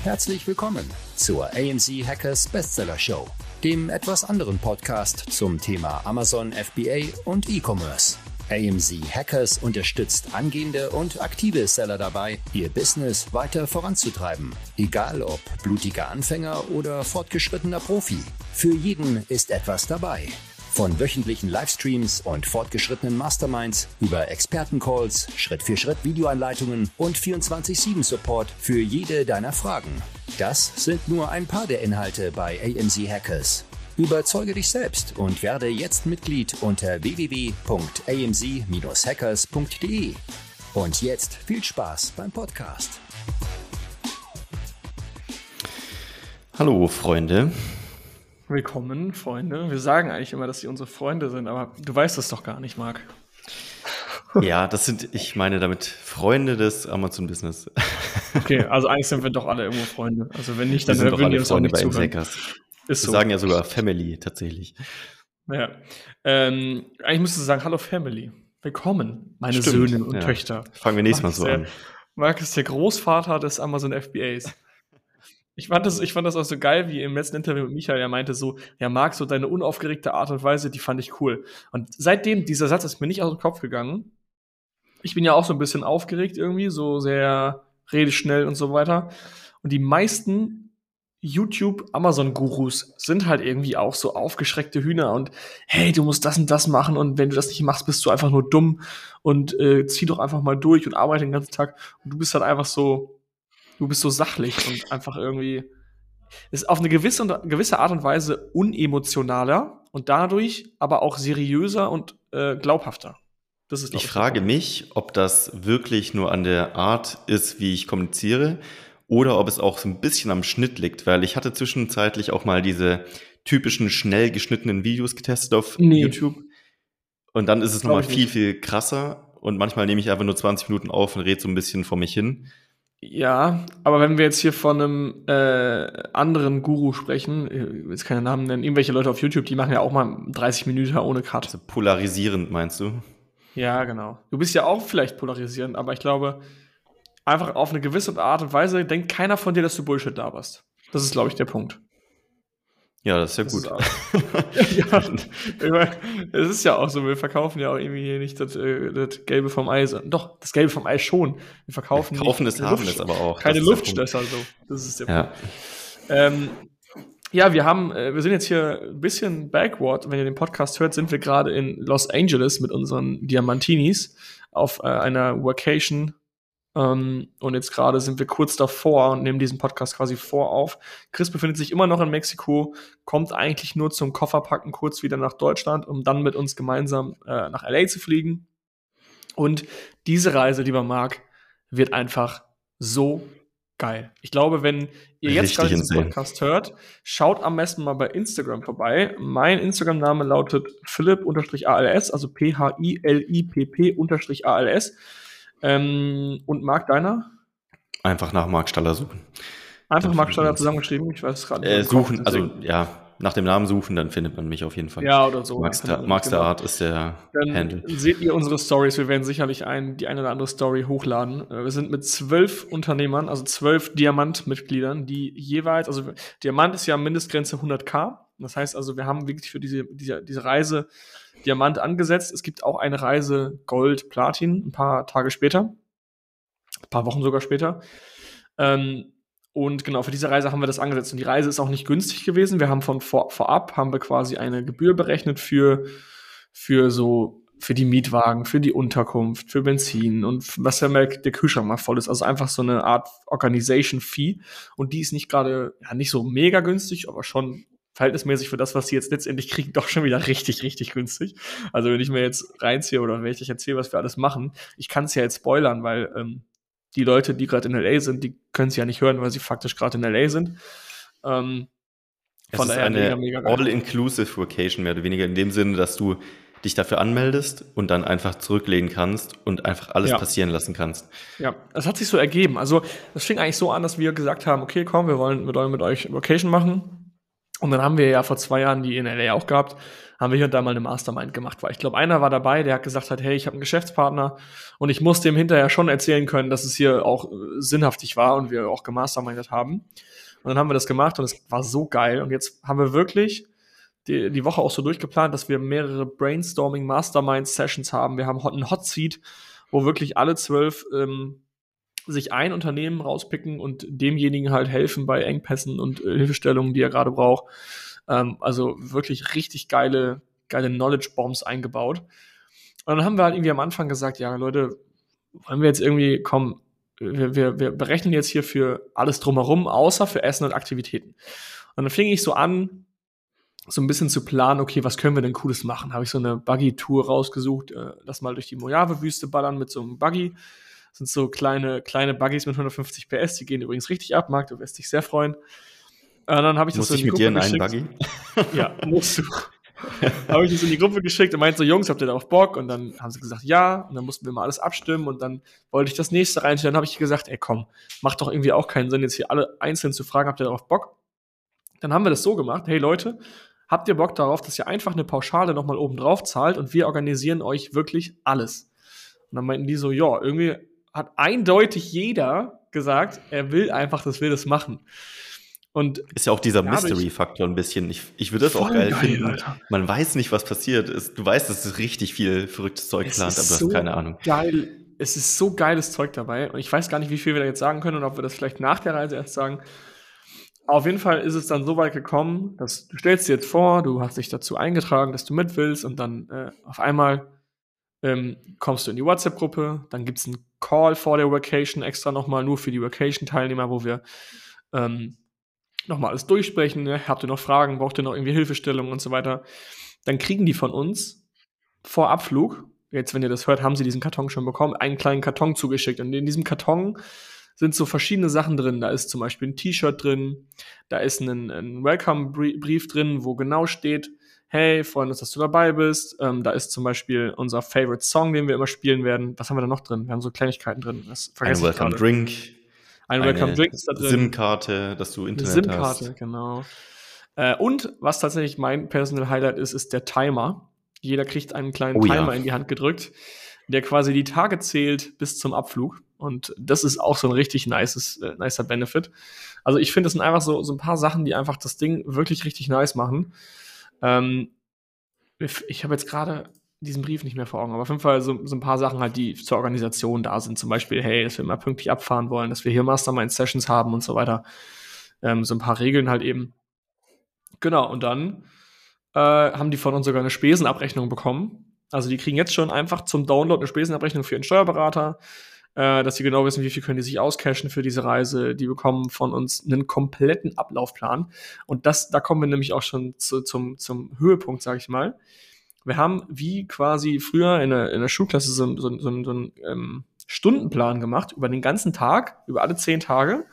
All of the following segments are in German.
Herzlich willkommen zur AMZ Hackers Bestseller Show, dem etwas anderen Podcast zum Thema Amazon FBA und E-Commerce. AMZ Hackers unterstützt angehende und aktive Seller dabei, ihr Business weiter voranzutreiben. Egal ob blutiger Anfänger oder fortgeschrittener Profi. Für jeden ist etwas dabei. Von wöchentlichen Livestreams und fortgeschrittenen Masterminds über Expertencalls, Schritt-für-Schritt-Videoanleitungen und 24/7-Support für jede deiner Fragen. Das sind nur ein paar der Inhalte bei AMZ Hackers. Überzeuge dich selbst und werde jetzt Mitglied unter www.amz-hackers.de. Und jetzt viel Spaß beim Podcast. Hallo Freunde. Willkommen, Freunde. Wir sagen eigentlich immer, dass sie unsere Freunde sind, aber du weißt es doch gar nicht, Marc. Ja, ich meine damit Freunde des Amazon-Business. Okay, also eigentlich sind wir doch alle irgendwo Freunde. Also wenn nicht, dann sind würden die uns auch Freunde nicht bei zuhören. Hackers. Ist Wir so. sagen ja sogar Family tatsächlich. Ja. Eigentlich müsstest du sagen, hallo Family. Willkommen, meine Stimmt, Söhne und ja. Töchter. Fangen wir nächstes Mal so an. Marc ist der Großvater des Amazon FBAs. Ich fand das auch so geil, wie im letzten Interview mit Michael, er meinte so, ja Marc, so deine unaufgeregte Art und Weise, die fand ich cool. Und seitdem, dieser Satz ist mir nicht aus dem Kopf gegangen. Ich bin ja auch so ein bisschen aufgeregt irgendwie, so sehr redeschnell und so weiter. Und die meisten YouTube-Amazon-Gurus sind halt irgendwie auch so aufgeschreckte Hühner und hey, du musst das und das machen und wenn du das nicht machst, bist du einfach nur dumm und zieh doch einfach mal durch und arbeite den ganzen Tag. Und du bist halt einfach so, du bist so sachlich und einfach irgendwie ist auf eine gewisse Art und Weise unemotionaler und dadurch aber auch seriöser und glaubhafter. Das ist, Ich frage mich, ob das wirklich nur an der Art ist, wie ich kommuniziere, oder ob es auch so ein bisschen am Schnitt liegt, weil ich hatte zwischenzeitlich auch mal diese typischen schnell geschnittenen Videos getestet auf YouTube. Und dann ist es nochmal viel, viel krasser. Und manchmal nehme ich einfach nur 20 Minuten auf und rede so ein bisschen vor mich hin. Ja, aber wenn wir jetzt hier von einem anderen Guru sprechen, ich will jetzt keine Namen nennen, irgendwelche Leute auf YouTube, die machen ja auch mal 30 Minuten ohne Cut. Also polarisierend, meinst du? Ja, genau. Du bist ja auch vielleicht polarisierend, aber ich glaube, einfach auf eine gewisse Art und Weise denkt keiner von dir, dass du Bullshit laberst. Das ist, glaube ich, der Punkt. Ja, das ist ja gut. Ja, ich meine, es ist ja auch so, wir verkaufen ja auch irgendwie hier nicht das Gelbe vom Ei. Doch, das Gelbe vom Ei schon. Wir verkaufen es, haben es aber auch. Keine Luftstößer, so. Das ist der Punkt. Ja, wir sind jetzt hier ein bisschen backward. Wenn ihr den Podcast hört, sind wir gerade in Los Angeles mit unseren Diamantinis auf einer Vacation. Und jetzt gerade sind wir kurz davor und nehmen diesen Podcast quasi vorauf. Chris befindet sich immer noch in Mexiko, kommt eigentlich nur zum Kofferpacken kurz wieder nach Deutschland, um dann mit uns gemeinsam nach LA zu fliegen. Und diese Reise, lieber Marc, wird einfach so geil. Ich glaube, wenn ihr jetzt gerade diesen Podcast hört, schaut am besten mal bei Instagram vorbei. Mein Instagram-Name lautet Philipp_ALS, also PHILIPP_ALS. Und Marc, deiner? Einfach nach Marc Staller suchen. Einfach Marc Staller zusammengeschrieben? Ich weiß es gerade nicht. Suchen, also ja, nach dem Namen suchen, dann findet man mich auf jeden Fall. Ja, oder so. Marc der Art ist der Handle. Dann seht ihr unsere Stories. Wir werden sicherlich die eine oder andere Story hochladen. Wir sind mit 12 Unternehmern, also 12 Diamant-Mitgliedern, die jeweils, also Diamant ist ja Mindestgrenze 100.000. Das heißt also, wir haben wirklich für diese Reise Diamant angesetzt. Es gibt auch eine Reise Gold, Platin, ein paar Tage später. Ein paar Wochen sogar später. Und genau, für diese Reise haben wir das angesetzt. Und die Reise ist auch nicht günstig gewesen. Wir haben vorab haben wir quasi eine Gebühr berechnet für die Mietwagen, für die Unterkunft, für Benzin und was der Kühlschrank mal voll ist. Also einfach so eine Art Organization-Fee. Und die ist nicht gerade, ja, nicht so mega günstig, aber schon verhältnismäßig für das, was sie jetzt letztendlich kriegen, doch schon wieder richtig, richtig günstig. Also wenn ich mir jetzt reinziehe oder wenn ich euch erzähle, was wir alles machen, ich kann es ja jetzt spoilern, weil die Leute, die gerade in L.A. sind, die können es ja nicht hören, weil sie faktisch gerade in L.A. sind. Von daher eine all-inclusive Vacation, mehr oder weniger, in dem Sinne, dass du dich dafür anmeldest und dann einfach zurücklegen kannst und einfach alles passieren lassen kannst. Ja, das hat sich so ergeben. Also das fing eigentlich so an, dass wir gesagt haben, okay, komm, wir wollen mit euch Vacation machen. Und dann haben wir ja vor 2 Jahren die in LA auch gehabt, haben wir hier und da mal eine Mastermind gemacht, weil ich glaube, einer war dabei, der hat gesagt hat, hey, ich habe einen Geschäftspartner und ich muss dem hinterher schon erzählen können, dass es hier auch sinnhaftig war und wir auch gemastermindet haben. Und dann haben wir das gemacht und es war so geil. Und jetzt haben wir wirklich die Woche auch so durchgeplant, dass wir mehrere Brainstorming-Mastermind-Sessions haben. Wir haben einen Hot Seat, wo wirklich alle 12 sich ein Unternehmen rauspicken und demjenigen halt helfen bei Engpässen und Hilfestellungen, die er gerade braucht. Also wirklich richtig geile Knowledge-Bombs eingebaut. Und dann haben wir halt irgendwie am Anfang gesagt, ja Leute, wollen wir jetzt irgendwie, wir berechnen jetzt hier für alles drumherum, außer für Essen und Aktivitäten. Und dann fing ich so an, so ein bisschen zu planen, okay, was können wir denn Cooles machen? Habe ich so eine Buggy-Tour rausgesucht, lass mal durch die Mojave-Wüste ballern mit so einem Buggy. Das sind so kleine Buggys mit 150 PS, die gehen übrigens richtig ab, Marc, du wirst dich sehr freuen. Dann habe ich das so in die Gruppe geschickt. Muss ich mit dir in einen Buggy? Ja, musst du. Habe ich das in die Gruppe geschickt und meinte so, Jungs, habt ihr darauf Bock? Und dann haben sie gesagt, ja. Und dann mussten wir mal alles abstimmen und dann wollte ich das nächste reinstellen. Dann habe ich gesagt, ey komm, macht doch irgendwie auch keinen Sinn, jetzt hier alle einzeln zu fragen, habt ihr darauf Bock? Dann haben wir das so gemacht, hey Leute, habt ihr Bock darauf, dass ihr einfach eine Pauschale nochmal oben drauf zahlt und wir organisieren euch wirklich alles? Und dann meinten die so, ja, irgendwie hat eindeutig jeder gesagt, er will einfach, dass wir das machen. Und ist ja auch dieser Mystery-Faktor ein bisschen. Ich würde das auch geil finden. Alter. Man weiß nicht, was passiert. Du weißt, dass es richtig viel verrücktes Zeug plant, aber du hast keine Ahnung. Geil. Es ist so geiles Zeug dabei. Und ich weiß gar nicht, wie viel wir da jetzt sagen können und ob wir das vielleicht nach der Reise erst sagen. Auf jeden Fall ist es dann so weit gekommen, dass du stellst dir jetzt vor, du hast dich dazu eingetragen, dass du mit willst und dann auf einmal kommst du in die WhatsApp-Gruppe, dann gibt es einen Call vor der Vacation extra nochmal, nur für die Vacation-Teilnehmer, wo wir nochmal alles durchsprechen, ne? Habt ihr noch Fragen, braucht ihr noch irgendwie Hilfestellungen und so weiter. Dann kriegen die von uns vor Abflug, jetzt wenn ihr das hört, haben sie diesen Karton schon bekommen, einen kleinen Karton zugeschickt. Und in diesem Karton sind so verschiedene Sachen drin. Da ist zum Beispiel ein T-Shirt drin, da ist ein Welcome-Brief drin, wo genau steht, hey, freuen uns, dass du dabei bist. Da ist zum Beispiel unser Favorite Song, den wir immer spielen werden. Was haben wir da noch drin? Wir haben so Kleinigkeiten drin. Ein Welcome-Drink. Ein Welcome-Drink ist da drin. SIM-Karte, dass du Internet hast. SIM-Karte, genau. Und was tatsächlich mein Personal Highlight ist der Timer. Jeder kriegt einen kleinen Timer in die Hand gedrückt, der quasi die Tage zählt bis zum Abflug. Und das ist auch so ein richtig nicer Benefit. Also ich finde, das sind einfach so ein paar Sachen, die einfach das Ding wirklich richtig nice machen. Ich habe jetzt gerade diesen Brief nicht mehr vor Augen, aber auf jeden Fall so ein paar Sachen halt, die zur Organisation da sind. Zum Beispiel, hey, dass wir immer pünktlich abfahren wollen, dass wir hier Mastermind-Sessions haben und so weiter. So ein paar Regeln halt eben. Genau, und dann haben die von uns sogar eine Spesenabrechnung bekommen. Also die kriegen jetzt schon einfach zum Download eine Spesenabrechnung für ihren Steuerberater, dass sie genau wissen, wie viel können die sich auscashen für diese Reise. Die bekommen von uns einen kompletten Ablaufplan. Und da kommen wir nämlich auch schon zum Höhepunkt, sag ich mal. Wir haben wie quasi früher in der Schulklasse so einen Stundenplan gemacht über den ganzen Tag, über alle 10 Tage,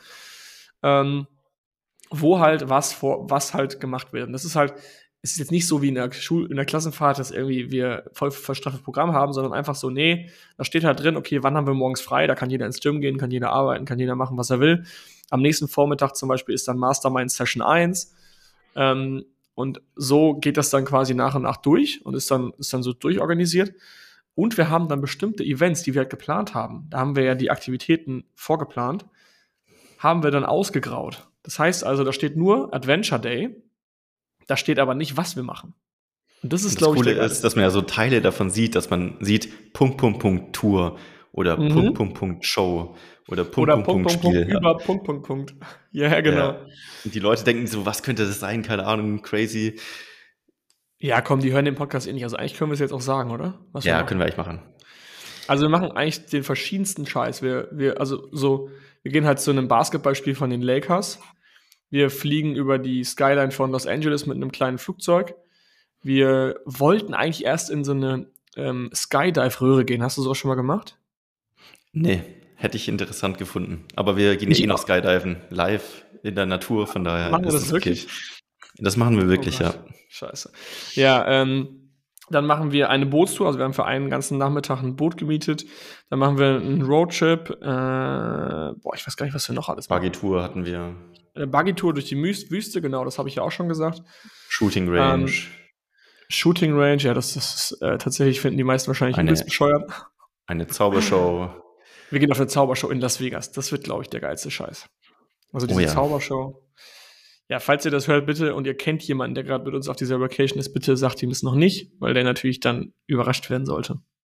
wo halt was halt gemacht wird. Und das ist halt, es ist jetzt nicht so wie in der Klassenfahrt, dass irgendwie wir voll verstrafftes Programm haben, sondern einfach so, nee, da steht halt drin, okay, wann haben wir morgens frei, da kann jeder ins Gym gehen, kann jeder arbeiten, kann jeder machen, was er will. Am nächsten Vormittag zum Beispiel ist dann Mastermind Session 1, und so geht das dann quasi nach und nach durch und ist dann so durchorganisiert. Und wir haben dann bestimmte Events, die wir halt geplant haben. Da haben wir ja die Aktivitäten vorgeplant, haben wir dann ausgegraut. Das heißt also, da steht nur Adventure Day, da steht aber nicht, was wir machen. Und das ist, glaube ich, das Coole ist, dass man ja so Teile davon sieht, dass man sieht, Tour oder Show oder Spiel. Über Ja, genau. Ja. Und die Leute denken so, was könnte das sein? Keine Ahnung, crazy. Ja, komm, die hören den Podcast eh nicht. Also eigentlich können wir es jetzt auch sagen, oder? Ja, können wir eigentlich machen. Also wir machen eigentlich den verschiedensten Scheiß. Wir gehen halt zu einem Basketballspiel von den Lakers. Wir fliegen über die Skyline von Los Angeles mit einem kleinen Flugzeug. Wir wollten eigentlich erst in so eine Skydive-Röhre gehen. Hast du sowas schon mal gemacht? Nee, hätte ich interessant gefunden. Aber wir gehen ja noch Skydiven live in der Natur, von daher machen wir das wirklich? Okay. Das machen wir wirklich, ja. Scheiße. Ja, dann machen wir eine Bootstour. Also wir haben für einen ganzen Nachmittag ein Boot gemietet. Dann machen wir einen Roadtrip. Ich weiß gar nicht, was wir noch alles machen. Buggy-Tour hatten wir. Buggy-Tour durch die Wüste, genau, das habe ich ja auch schon gesagt. Shooting Range. Shooting Range, ja, das ist tatsächlich, finden die meisten wahrscheinlich ein bisschen bescheuert. Eine Zaubershow. Wir gehen auf eine Zaubershow in Las Vegas. Das wird, glaube ich, der geilste Scheiß. Also diese Zaubershow. Ja, falls ihr das hört, bitte, und ihr kennt jemanden, der gerade mit uns auf dieser Vacation ist, bitte sagt ihm es noch nicht, weil der natürlich dann überrascht werden sollte.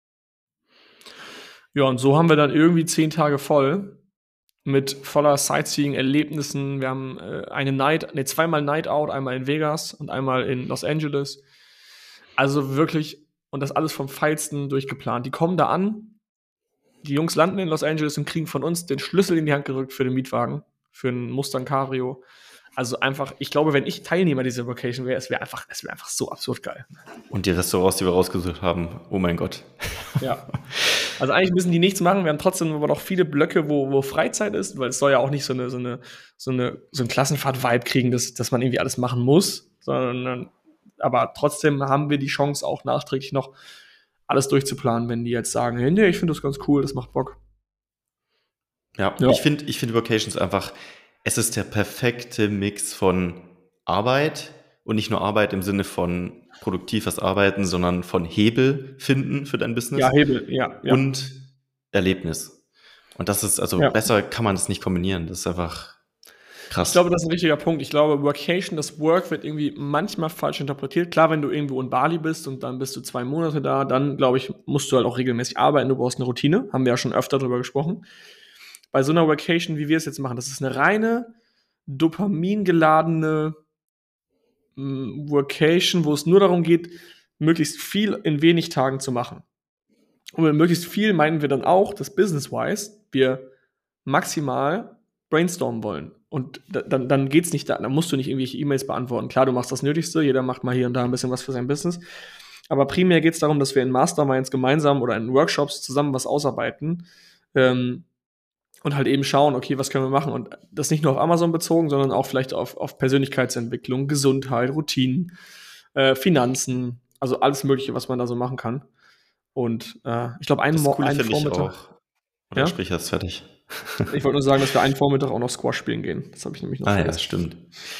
Ja, und so haben wir dann irgendwie 10 Tage voll mit voller Sightseeing-Erlebnissen. Wir haben zweimal Night Out, einmal in Vegas und einmal in Los Angeles. Also wirklich, und das alles vom Feinsten durchgeplant. Die kommen da an, die Jungs landen in Los Angeles und kriegen von uns den Schlüssel in die Hand gerückt für den Mietwagen, für einen Mustang Cabrio. Also einfach, ich glaube, wenn ich Teilnehmer dieser Vacation wäre, es wäre einfach so absurd geil. Und die Restaurants, die wir rausgesucht haben, oh mein Gott. Ja. Also eigentlich müssen die nichts machen. Wir haben trotzdem aber noch viele Blöcke, wo Freizeit ist, weil es soll ja auch nicht so ein Klassenfahrt-Vibe kriegen, dass man irgendwie alles machen muss, sondern aber trotzdem haben wir die Chance, auch nachträglich noch alles durchzuplanen, wenn die jetzt sagen, hey, nee, ich finde das ganz cool, das macht Bock. Ja. Ich finde Vacations einfach, es ist der perfekte Mix von Arbeit und nicht nur Arbeit im Sinne von produktives Arbeiten, sondern von Hebel finden für dein Business. Ja, Hebel, ja. Und Erlebnis. Und das ist, besser kann man es nicht kombinieren. Das ist einfach krass. Ich glaube, das ist ein richtiger Punkt. Ich glaube, Workation, das Work wird irgendwie manchmal falsch interpretiert. Klar, wenn du irgendwo in Bali bist und dann bist du 2 Monate da, dann, glaube ich, musst du halt auch regelmäßig arbeiten. Du brauchst eine Routine. Haben wir ja schon öfter drüber gesprochen. Bei so einer Vacation, wie wir es jetzt machen, das ist eine reine, dopamingeladene Vacation, wo es nur darum geht, möglichst viel in wenig Tagen zu machen. Und mit möglichst viel meinen wir dann auch, dass business-wise wir maximal brainstormen wollen. Und dann geht's nicht da, dann musst du nicht irgendwelche E-Mails beantworten. Klar, du machst das Nötigste, jeder macht mal hier und da ein bisschen was für sein Business. Aber primär geht's darum, dass wir in Masterminds gemeinsam oder in Workshops zusammen was ausarbeiten, und halt eben schauen, okay, was können wir machen? Und das nicht nur auf Amazon bezogen, sondern auch vielleicht auf Persönlichkeitsentwicklung, Gesundheit, Routinen, Finanzen, also alles Mögliche, was man da so machen kann. Und ich glaube, einen Vormittag. Ich auch. Oder sprich erst fertig. Ich wollte nur sagen, dass wir einen Vormittag auch noch Squash spielen gehen. Das habe ich nämlich noch vergessen. Ja, das stimmt.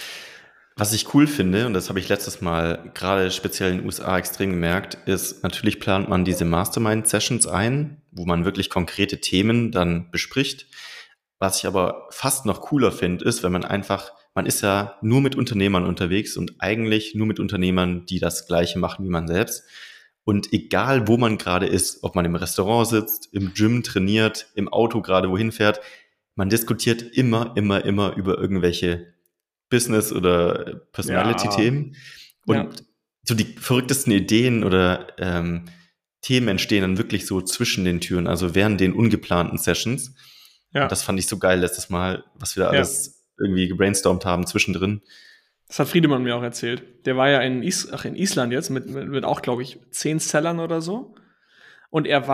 Was ich cool finde, und das habe ich letztes Mal gerade speziell in den USA extrem gemerkt, ist, natürlich plant man diese Mastermind-Sessions ein, wo man wirklich konkrete Themen dann bespricht. Was ich aber fast noch cooler finde, ist, wenn man ist ja nur mit Unternehmern unterwegs und eigentlich nur mit Unternehmern, die das Gleiche machen wie man selbst. Und egal, wo man gerade ist, ob man im Restaurant sitzt, im Gym trainiert, im Auto gerade wohin fährt, man diskutiert immer über irgendwelche Business- oder Personality-Themen. Und so die verrücktesten Ideen oder Themen entstehen dann wirklich so zwischen den Türen, also während den ungeplanten Sessions. Ja. Und das fand ich so geil letztes Mal, was wir da alles irgendwie gebrainstormt haben zwischendrin. Das hat Friedemann mir auch erzählt. Der war ja in Island jetzt mit auch, glaube ich, 10 Sellern oder so. Und er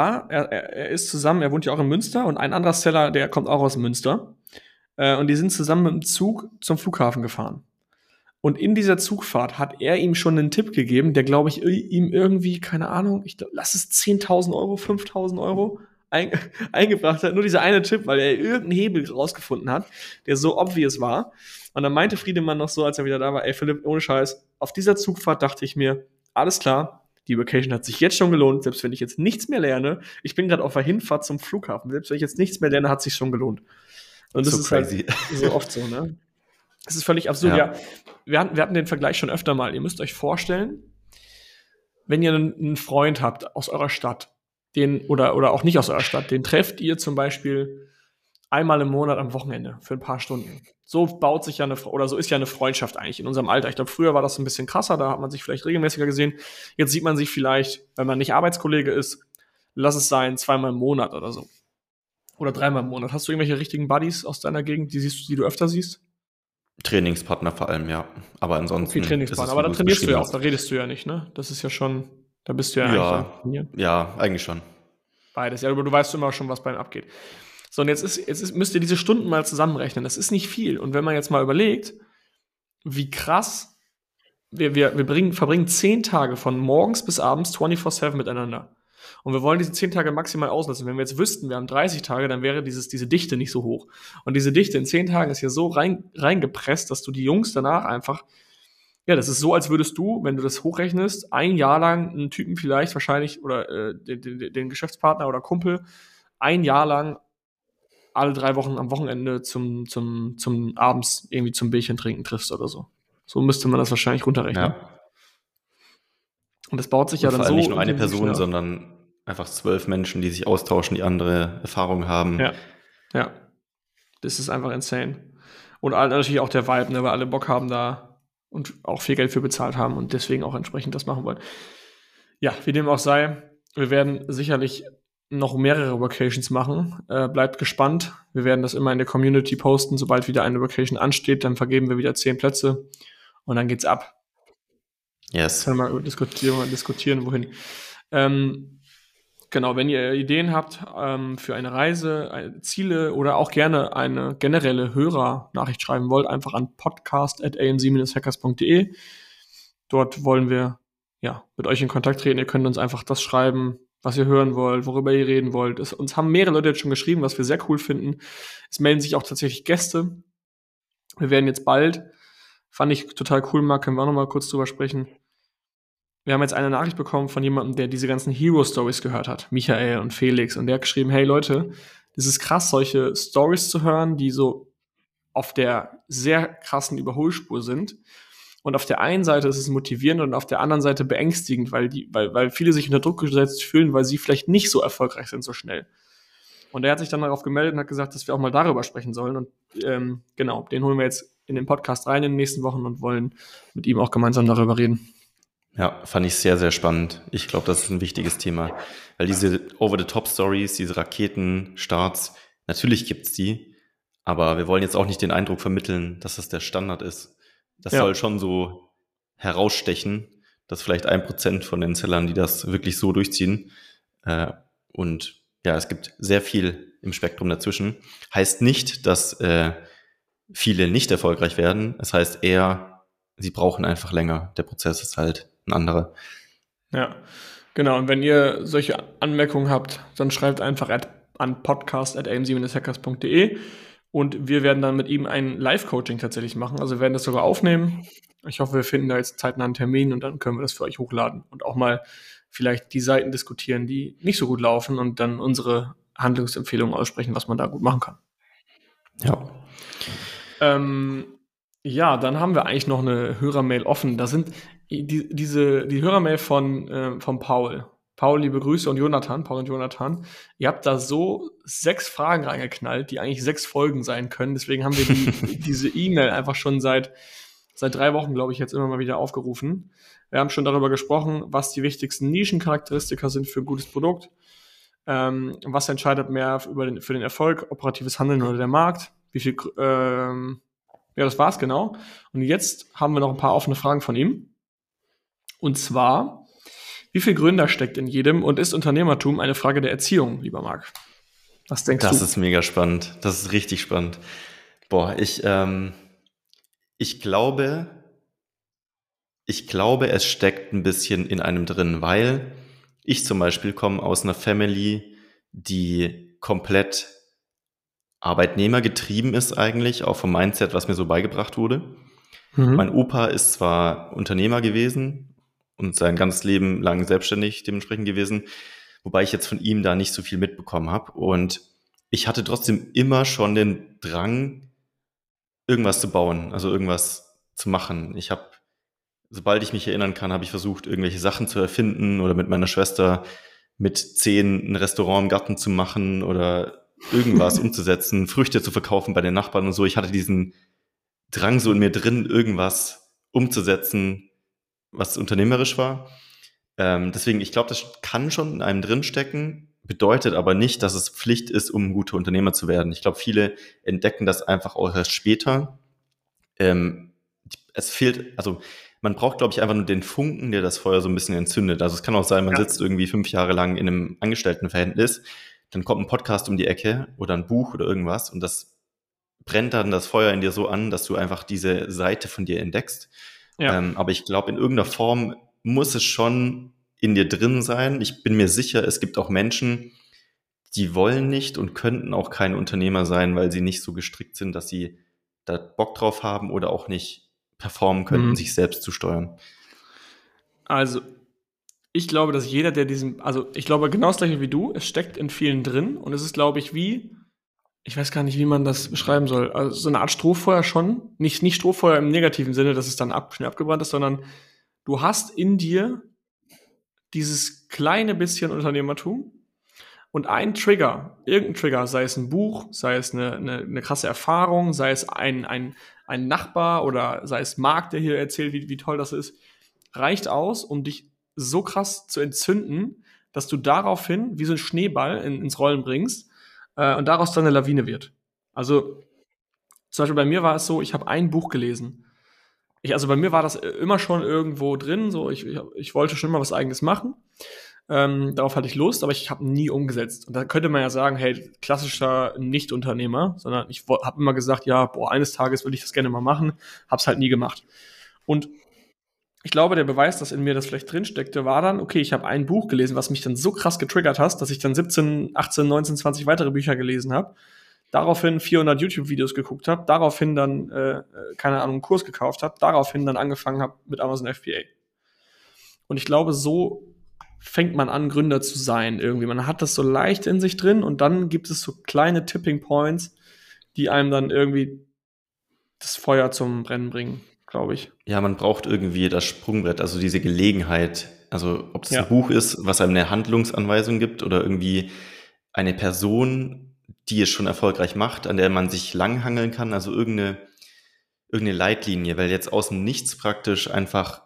wohnt ja auch in Münster und ein anderer Seller, der kommt auch aus Münster. Und die sind zusammen mit dem Zug zum Flughafen gefahren. Und in dieser Zugfahrt hat er ihm schon einen Tipp gegeben, der, glaube ich, ihm irgendwie, keine Ahnung, lass es 10.000 Euro, 5.000 Euro eingebracht hat. Nur dieser eine Tipp, weil er irgendeinen Hebel rausgefunden hat, der so obvious war. Und dann meinte Friedemann noch so, als er wieder da war, ey Philipp, ohne Scheiß, auf dieser Zugfahrt dachte ich mir, alles klar, die Vacation hat sich jetzt schon gelohnt, selbst wenn ich jetzt nichts mehr lerne. Ich bin gerade auf der Hinfahrt zum Flughafen, selbst wenn ich jetzt nichts mehr lerne, hat es sich schon gelohnt. Und das so ist crazy. Halt so oft so, ne? Das ist völlig absurd. Ja. Wir hatten den Vergleich schon öfter mal. Ihr müsst euch vorstellen, wenn ihr einen Freund habt aus eurer Stadt, oder auch nicht aus eurer Stadt, den trefft ihr zum Beispiel einmal im Monat am Wochenende für ein paar Stunden. So baut sich so ist ja eine Freundschaft eigentlich in unserem Alter. Ich glaube, früher war das ein bisschen krasser, da hat man sich vielleicht regelmäßiger gesehen. Jetzt sieht man sich vielleicht, wenn man nicht Arbeitskollege ist, lass es sein, 2-mal im Monat oder so. Oder 3-mal im Monat. Hast du irgendwelche richtigen Buddies aus deiner Gegend, die du öfter siehst? Trainingspartner vor allem, ja. Aber ansonsten. Okay, Trainingspartner. Aber da trainierst du ja auch, da redest du ja nicht, ne? Das ist ja schon, da bist du ja eigentlich. Ja, eigentlich schon. Beides, ja, aber du weißt immer schon, was bei ihm abgeht. So, und jetzt müsst ihr diese Stunden mal zusammenrechnen. Das ist nicht viel. Und wenn man jetzt mal überlegt, wie krass, wir verbringen 10 Tage von morgens bis abends 24/7 miteinander. Und wir wollen diese 10 Tage maximal auslassen. Wenn wir jetzt wüssten, wir haben 30 Tage, dann wäre diese Dichte nicht so hoch. Und diese Dichte in 10 Tagen ist hier so reingepresst, dass du die Jungs danach einfach, ja, das ist so, als würdest du, wenn du das hochrechnest, ein Jahr lang einen Typen vielleicht wahrscheinlich oder den Geschäftspartner oder Kumpel ein Jahr lang alle 3 Wochen am Wochenende zum abends irgendwie zum Bierchen trinken triffst oder so. So müsste man das wahrscheinlich runterrechnen. Ja. Und das baut sich Und ja dann vor allem so nicht nur eine intensiv Person, schnell auf. sondern einfach 12 Menschen, die sich austauschen, die andere Erfahrungen haben. Ja. Das ist einfach insane. Und natürlich auch der Vibe, ne, weil alle Bock haben da und auch viel Geld für bezahlt haben und deswegen auch entsprechend das machen wollen. Ja, wie dem auch sei, wir werden sicherlich noch mehrere Vacations machen. Bleibt gespannt. Wir werden das immer in der Community posten. Sobald wieder eine Vacation ansteht, dann vergeben wir wieder 10 Plätze und dann geht's ab. Yes. Können wir diskutieren, wohin. Genau, wenn ihr Ideen habt für eine Reise, Ziele oder auch gerne eine generelle Hörernachricht schreiben wollt, einfach an podcast@amc-hackers.de. Dort wollen wir mit euch in Kontakt treten. Ihr könnt uns einfach das schreiben, was ihr hören wollt, worüber ihr reden wollt. Uns haben mehrere Leute jetzt schon geschrieben, was wir sehr cool finden. Es melden sich auch tatsächlich Gäste. Wir werden jetzt bald, fand ich total cool, Marc, können wir auch noch mal kurz drüber sprechen. Wir haben jetzt eine Nachricht bekommen von jemandem, der diese ganzen Hero-Stories gehört hat, Michael und Felix, und der hat geschrieben, hey Leute, das ist krass, solche Stories zu hören, die so auf der sehr krassen Überholspur sind. Und auf der einen Seite ist es motivierend und auf der anderen Seite beängstigend, weil viele sich unter Druck gesetzt fühlen, weil sie vielleicht nicht so erfolgreich sind so schnell. Und er hat sich dann darauf gemeldet und hat gesagt, dass wir auch mal darüber sprechen sollen. Und genau, den holen wir jetzt in den Podcast rein in den nächsten Wochen und wollen mit ihm auch gemeinsam darüber reden. Ja, fand ich sehr, sehr spannend. Ich glaube, das ist ein wichtiges Thema. Weil diese Over-the-Top-Stories, diese Raketenstarts, natürlich gibt's die, aber wir wollen jetzt auch nicht den Eindruck vermitteln, dass das der Standard ist. Das soll schon so herausstechen, dass vielleicht 1% von den Sellern, die das wirklich so durchziehen. Und ja, es gibt sehr viel im Spektrum dazwischen. Heißt nicht, dass viele nicht erfolgreich werden. Es heißt eher, sie brauchen einfach länger. Der Prozess ist halt ein anderer. Ja, genau. Und wenn ihr solche Anmerkungen habt, dann schreibt einfach an podcast@amc-hackers.de und wir werden dann mit ihm ein Live-Coaching tatsächlich machen. Also wir werden das sogar aufnehmen. Ich hoffe, wir finden da jetzt zeitnah einen Termin und dann können wir das für euch hochladen und auch mal vielleicht die Seiten diskutieren, die nicht so gut laufen und dann unsere Handlungsempfehlungen aussprechen, was man da gut machen kann. Ja. Ja, dann haben wir eigentlich noch eine Hörermail offen. Da sind die Hörermail von Paul. Paul, liebe Grüße und Jonathan, Paul und Jonathan. Ihr habt da so 6 Fragen reingeknallt, die eigentlich 6 Folgen sein können. Deswegen haben wir diese E-Mail einfach schon seit 3 Wochen, glaube ich, jetzt immer mal wieder aufgerufen. Wir haben schon darüber gesprochen, was die wichtigsten Nischencharakteristika sind für ein gutes Produkt. Was entscheidet mehr für den Erfolg, operatives Handeln oder der Markt? Wie viel, ja, das war's genau. Und jetzt haben wir noch ein paar offene Fragen von ihm. Und zwar, wie viel Gründer steckt in jedem und ist Unternehmertum eine Frage der Erziehung, lieber Marc? Was denkst du? Das ist mega spannend. Das ist richtig spannend. Boah, ich glaube, es steckt ein bisschen in einem drin, weil ich zum Beispiel komme aus einer Family, die komplett arbeitnehmergetrieben ist eigentlich, auch vom Mindset, was mir so beigebracht wurde. Mein Opa ist zwar Unternehmer gewesen und sein ganzes Leben lang selbstständig dementsprechend gewesen, wobei ich jetzt von ihm da nicht so viel mitbekommen habe. Und ich hatte trotzdem immer schon den Drang, irgendwas zu bauen, also irgendwas zu machen. Sobald ich mich erinnern kann, habe ich versucht, irgendwelche Sachen zu erfinden oder mit meiner Schwester mit 10 ein Restaurant im Garten zu machen oder irgendwas umzusetzen, Früchte zu verkaufen bei den Nachbarn und so. Ich hatte diesen Drang so in mir drin, irgendwas umzusetzen, was unternehmerisch war. Deswegen, ich glaube, das kann schon in einem drinstecken, bedeutet aber nicht, dass es Pflicht ist, um ein guter Unternehmer zu werden. Ich glaube, viele entdecken das einfach auch erst später. Es fehlt, also man braucht, glaube ich, einfach nur den Funken, der das Feuer so ein bisschen entzündet. Also es kann auch sein, man sitzt irgendwie 5 Jahre lang in einem Angestelltenverhältnis, dann kommt ein Podcast um die Ecke oder ein Buch oder irgendwas und das brennt dann das Feuer in dir so an, dass du einfach diese Seite von dir entdeckst. Ja. Aber ich glaube, in irgendeiner Form muss es schon in dir drin sein. Ich bin mir sicher, es gibt auch Menschen, die wollen nicht und könnten auch kein Unternehmer sein, weil sie nicht so gestrickt sind, dass sie da Bock drauf haben oder auch nicht performen könnten, sich selbst zu steuern. Also, ich glaube, dass jeder, ich glaube genau das gleiche wie du, es steckt in vielen drin und es ist, glaube ich, ich weiß gar nicht, wie man das beschreiben soll, also so eine Art Strohfeuer schon, nicht Strohfeuer im negativen Sinne, dass es dann schnell abgebrannt ist, sondern du hast in dir dieses kleine bisschen Unternehmertum und irgendein Trigger, sei es ein Buch, sei es eine krasse Erfahrung, sei es ein Nachbar oder sei es Marc, der hier erzählt, wie toll das ist, reicht aus, um dich so krass zu entzünden, dass du daraufhin wie so ein Schneeball ins Rollen bringst und daraus dann eine Lawine wird. Also zum Beispiel bei mir war es so, ich habe ein Buch gelesen. Also bei mir war das immer schon irgendwo drin, so ich wollte schon mal was Eigenes machen. Darauf hatte ich Lust, aber ich habe nie umgesetzt. Und da könnte man ja sagen, hey, klassischer Nicht-Unternehmer, sondern ich habe immer gesagt, ja, eines Tages will ich das gerne mal machen, hab's halt nie gemacht. Und ich glaube, der Beweis, dass in mir das vielleicht drinsteckte, war dann, okay, ich habe ein Buch gelesen, was mich dann so krass getriggert hat, dass ich dann 17, 18, 19, 20 weitere Bücher gelesen habe, daraufhin 400 YouTube-Videos geguckt habe, daraufhin dann, keine Ahnung, einen Kurs gekauft habe, daraufhin dann angefangen habe mit Amazon FBA. Und ich glaube, so fängt man an, Gründer zu sein irgendwie. Man hat das so leicht in sich drin und dann gibt es so kleine Tipping Points, die einem dann irgendwie das Feuer zum Brennen bringen, glaube ich. Ja, man braucht irgendwie das Sprungbrett, also diese Gelegenheit. Also ob das ein Buch ist, was einem eine Handlungsanweisung gibt oder irgendwie eine Person, die es schon erfolgreich macht, an der man sich langhangeln kann, also irgendeine Leitlinie, weil jetzt aus dem Nichts praktisch einfach,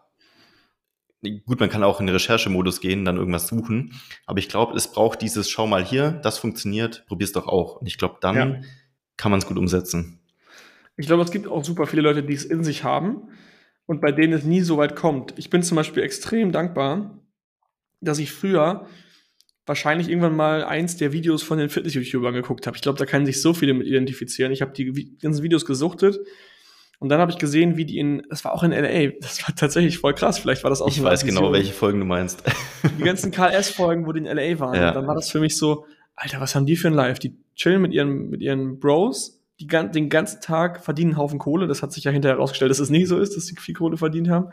gut, man kann auch in den Recherchemodus gehen, dann irgendwas suchen, aber ich glaube, es braucht dieses, schau mal hier, das funktioniert, probier's doch auch. Und ich glaube, dann kann man es gut umsetzen. Ich glaube, es gibt auch super viele Leute, die es in sich haben und bei denen es nie so weit kommt. Ich bin zum Beispiel extrem dankbar, dass ich früher wahrscheinlich irgendwann mal eins der Videos von den Fitness-YouTubern geguckt habe. Ich glaube, da können sich so viele mit identifizieren. Ich habe die ganzen Videos gesuchtet und dann habe ich gesehen, wie das war auch in LA, das war tatsächlich voll krass, vielleicht war das auch so eine Vision. Ich weiß genau, welche Folgen du meinst. Die ganzen KLS-Folgen, wo die in LA waren. Ja. Und dann war das für mich so, Alter, was haben die für ein Live? Die chillen mit ihren Bros, den ganzen Tag, verdienen einen Haufen Kohle. Das hat sich ja hinterher herausgestellt, dass es nicht so ist, dass sie viel Kohle verdient haben.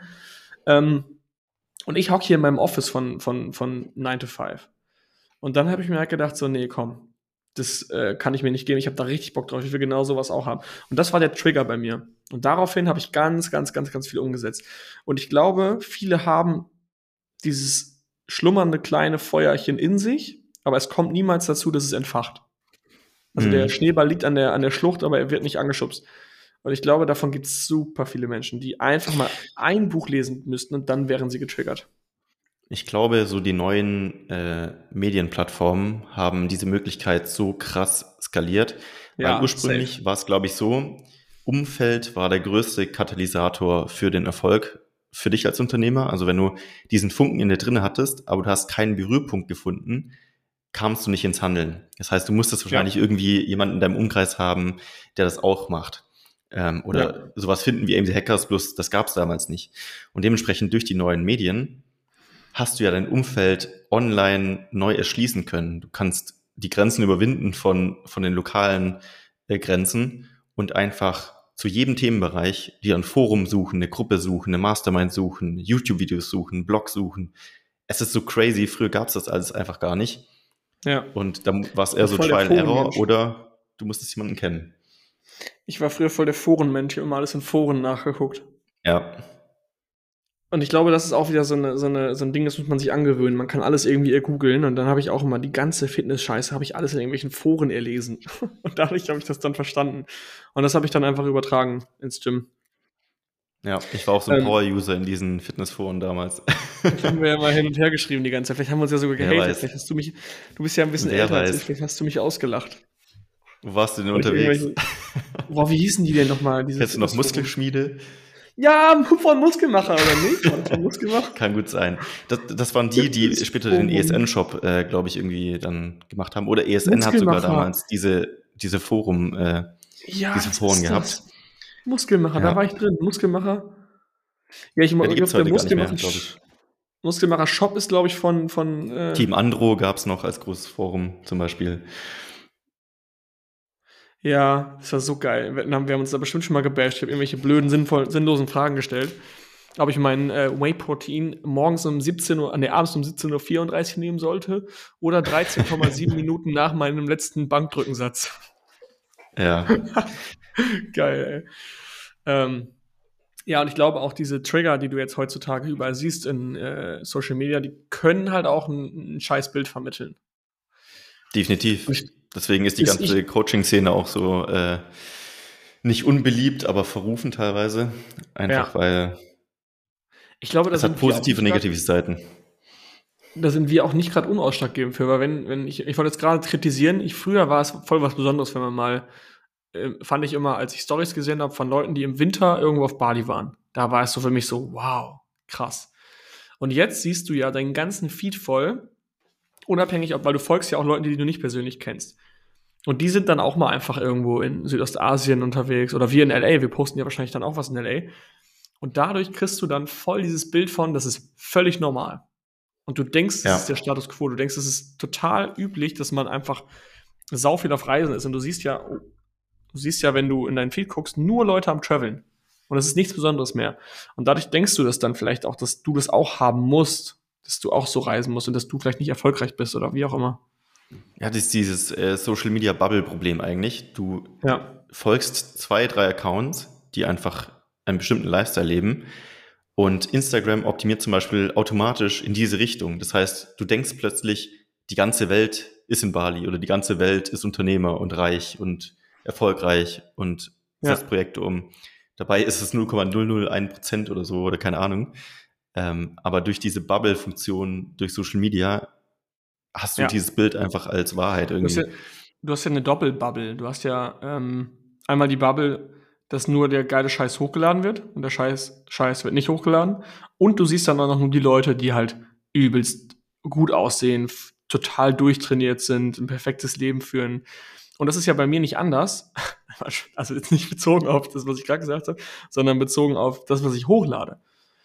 Und ich hocke hier in meinem Office von 9 to 5. Und dann habe ich mir halt gedacht, so, nee, komm, das kann ich mir nicht geben. Ich habe da richtig Bock drauf. Ich will genau sowas auch haben. Und das war der Trigger bei mir. Und daraufhin habe ich ganz, ganz, ganz, ganz viel umgesetzt. Und ich glaube, viele haben dieses schlummernde kleine Feuerchen in sich, aber es kommt niemals dazu, dass es entfacht. Also der Schneeball liegt an der Schlucht, aber er wird nicht angeschubst. Und ich glaube, davon gibt es super viele Menschen, die einfach mal ein Buch lesen müssten und dann wären sie getriggert. Ich glaube, so die neuen Medienplattformen haben diese Möglichkeit so krass skaliert. Weil ursprünglich war es, glaube ich, so, Umfeld war der größte Katalysator für den Erfolg für dich als Unternehmer. Also wenn du diesen Funken in dir drin hattest, aber du hast keinen Berührpunkt gefunden, kamst du nicht ins Handeln. Das heißt, du musstest wahrscheinlich irgendwie jemanden in deinem Umkreis haben, der das auch macht. Oder sowas finden wie AMZ Hackers, bloß das gab es damals nicht. Und dementsprechend durch die neuen Medien hast du ja dein Umfeld online neu erschließen können. Du kannst die Grenzen überwinden von den lokalen Grenzen und einfach zu jedem Themenbereich dir ein Forum suchen, eine Gruppe suchen, eine Mastermind suchen, YouTube-Videos suchen, Blog suchen. Es ist so crazy, früher gab es das alles einfach gar nicht. Ja. Und dann war es eher so Trial and Error oder du musstest jemanden kennen. Ich war früher voll der Forenmensch, ich habe immer alles in Foren nachgeguckt. Ja. Und ich glaube, das ist auch wieder so ein Ding, das muss man sich angewöhnen. Man kann alles irgendwie googeln und dann habe ich auch immer die ganze Fitness-Scheiße, habe ich alles in irgendwelchen Foren erlesen. Und dadurch habe ich das dann verstanden. Und das habe ich dann einfach übertragen ins Gym. Ja, ich war auch so ein Power-User in diesen Fitnessforen damals. Das haben wir ja mal hin und her geschrieben die ganze Zeit. Vielleicht haben wir uns ja sogar gehatet. Vielleicht hast du bist ja ein bisschen älter als ich, vielleicht hast du mich ausgelacht. Wo warst du denn unterwegs? Boah, wie hießen die denn nochmal? Kennst du noch Muskelschmiede? Ja, von Muskelmacher, oder nicht? Von Muskelmacher? Kann gut sein. Das waren die später den ESN-Shop, glaube ich, irgendwie dann gemacht haben. Oder ESN hat sogar damals diese Foren gehabt. Muskelmacher, da war ich drin. Muskelmacher. Ja, ich glaube, der Muskelmacher. Muskelmacher Shop ist, glaube ich, von Team Andro gab es noch als großes Forum zum Beispiel. Ja, das war so geil. Wir haben uns da bestimmt schon mal gebasht. Ich habe irgendwelche blöden, sinnlosen Fragen gestellt. Ob ich mein Whey-Protein morgens um 17 Uhr, abends um 17:34 Uhr nehmen sollte oder 13,7 Minuten nach meinem letzten Bankdrückensatz. Ja. Geil, ey. Ja, und ich glaube auch diese Trigger, die du jetzt heutzutage überall siehst in Social Media, die können halt auch ein scheiß Bild vermitteln. Definitiv. Deswegen ist die ganze Coaching-Szene auch so nicht unbeliebt, aber verrufen teilweise. Einfach weil ich glaube, es hat positive und negative Seiten. Da sind wir auch nicht gerade unausschlaggebend für, weil wenn ich wollte jetzt gerade kritisieren, früher war es voll was Besonderes, wenn man mal, fand ich immer, als ich Stories gesehen habe von Leuten, die im Winter irgendwo auf Bali waren. Da war es so für mich so, wow, krass. Und jetzt siehst du ja deinen ganzen Feed voll, unabhängig, weil du folgst ja auch Leuten, die du nicht persönlich kennst. Und die sind dann auch mal einfach irgendwo in Südostasien unterwegs oder wir in L.A., wir posten ja wahrscheinlich dann auch was in L.A. Und dadurch kriegst du dann voll dieses Bild von, das ist völlig normal. Und du denkst, das ist der Status quo. Du denkst, es ist total üblich, dass man einfach sau viel auf Reisen ist. Und du siehst ja, wenn du in deinen Feed guckst, nur Leute am Traveln. Und es ist nichts Besonderes mehr. Und dadurch denkst du das dann vielleicht auch, dass du das auch haben musst, dass du auch so reisen musst und dass du vielleicht nicht erfolgreich bist oder wie auch immer. Ja, das ist dieses Social-Media-Bubble-Problem eigentlich. Du folgst 2, 3 Accounts, die einfach einen bestimmten Lifestyle leben. Und Instagram optimiert zum Beispiel automatisch in diese Richtung. Das heißt, du denkst plötzlich, die ganze Welt ist in Bali oder die ganze Welt ist Unternehmer und reich und erfolgreich und setzt Projekte um. Dabei ist es 0,001% oder so oder keine Ahnung. Aber durch diese Bubble-Funktion, durch Social Media, hast du dieses Bild einfach als Wahrheit irgendwie. Du hast ja eine Doppelbubble. Du hast ja einmal die Bubble, dass nur der geile Scheiß hochgeladen wird und der Scheiß wird nicht hochgeladen. Und du siehst dann auch noch nur die Leute, die halt übelst gut aussehen, total durchtrainiert sind, ein perfektes Leben führen. Und das ist ja bei mir nicht anders. Also jetzt nicht bezogen auf das, was ich gerade gesagt habe, sondern bezogen auf das, was ich hochlade.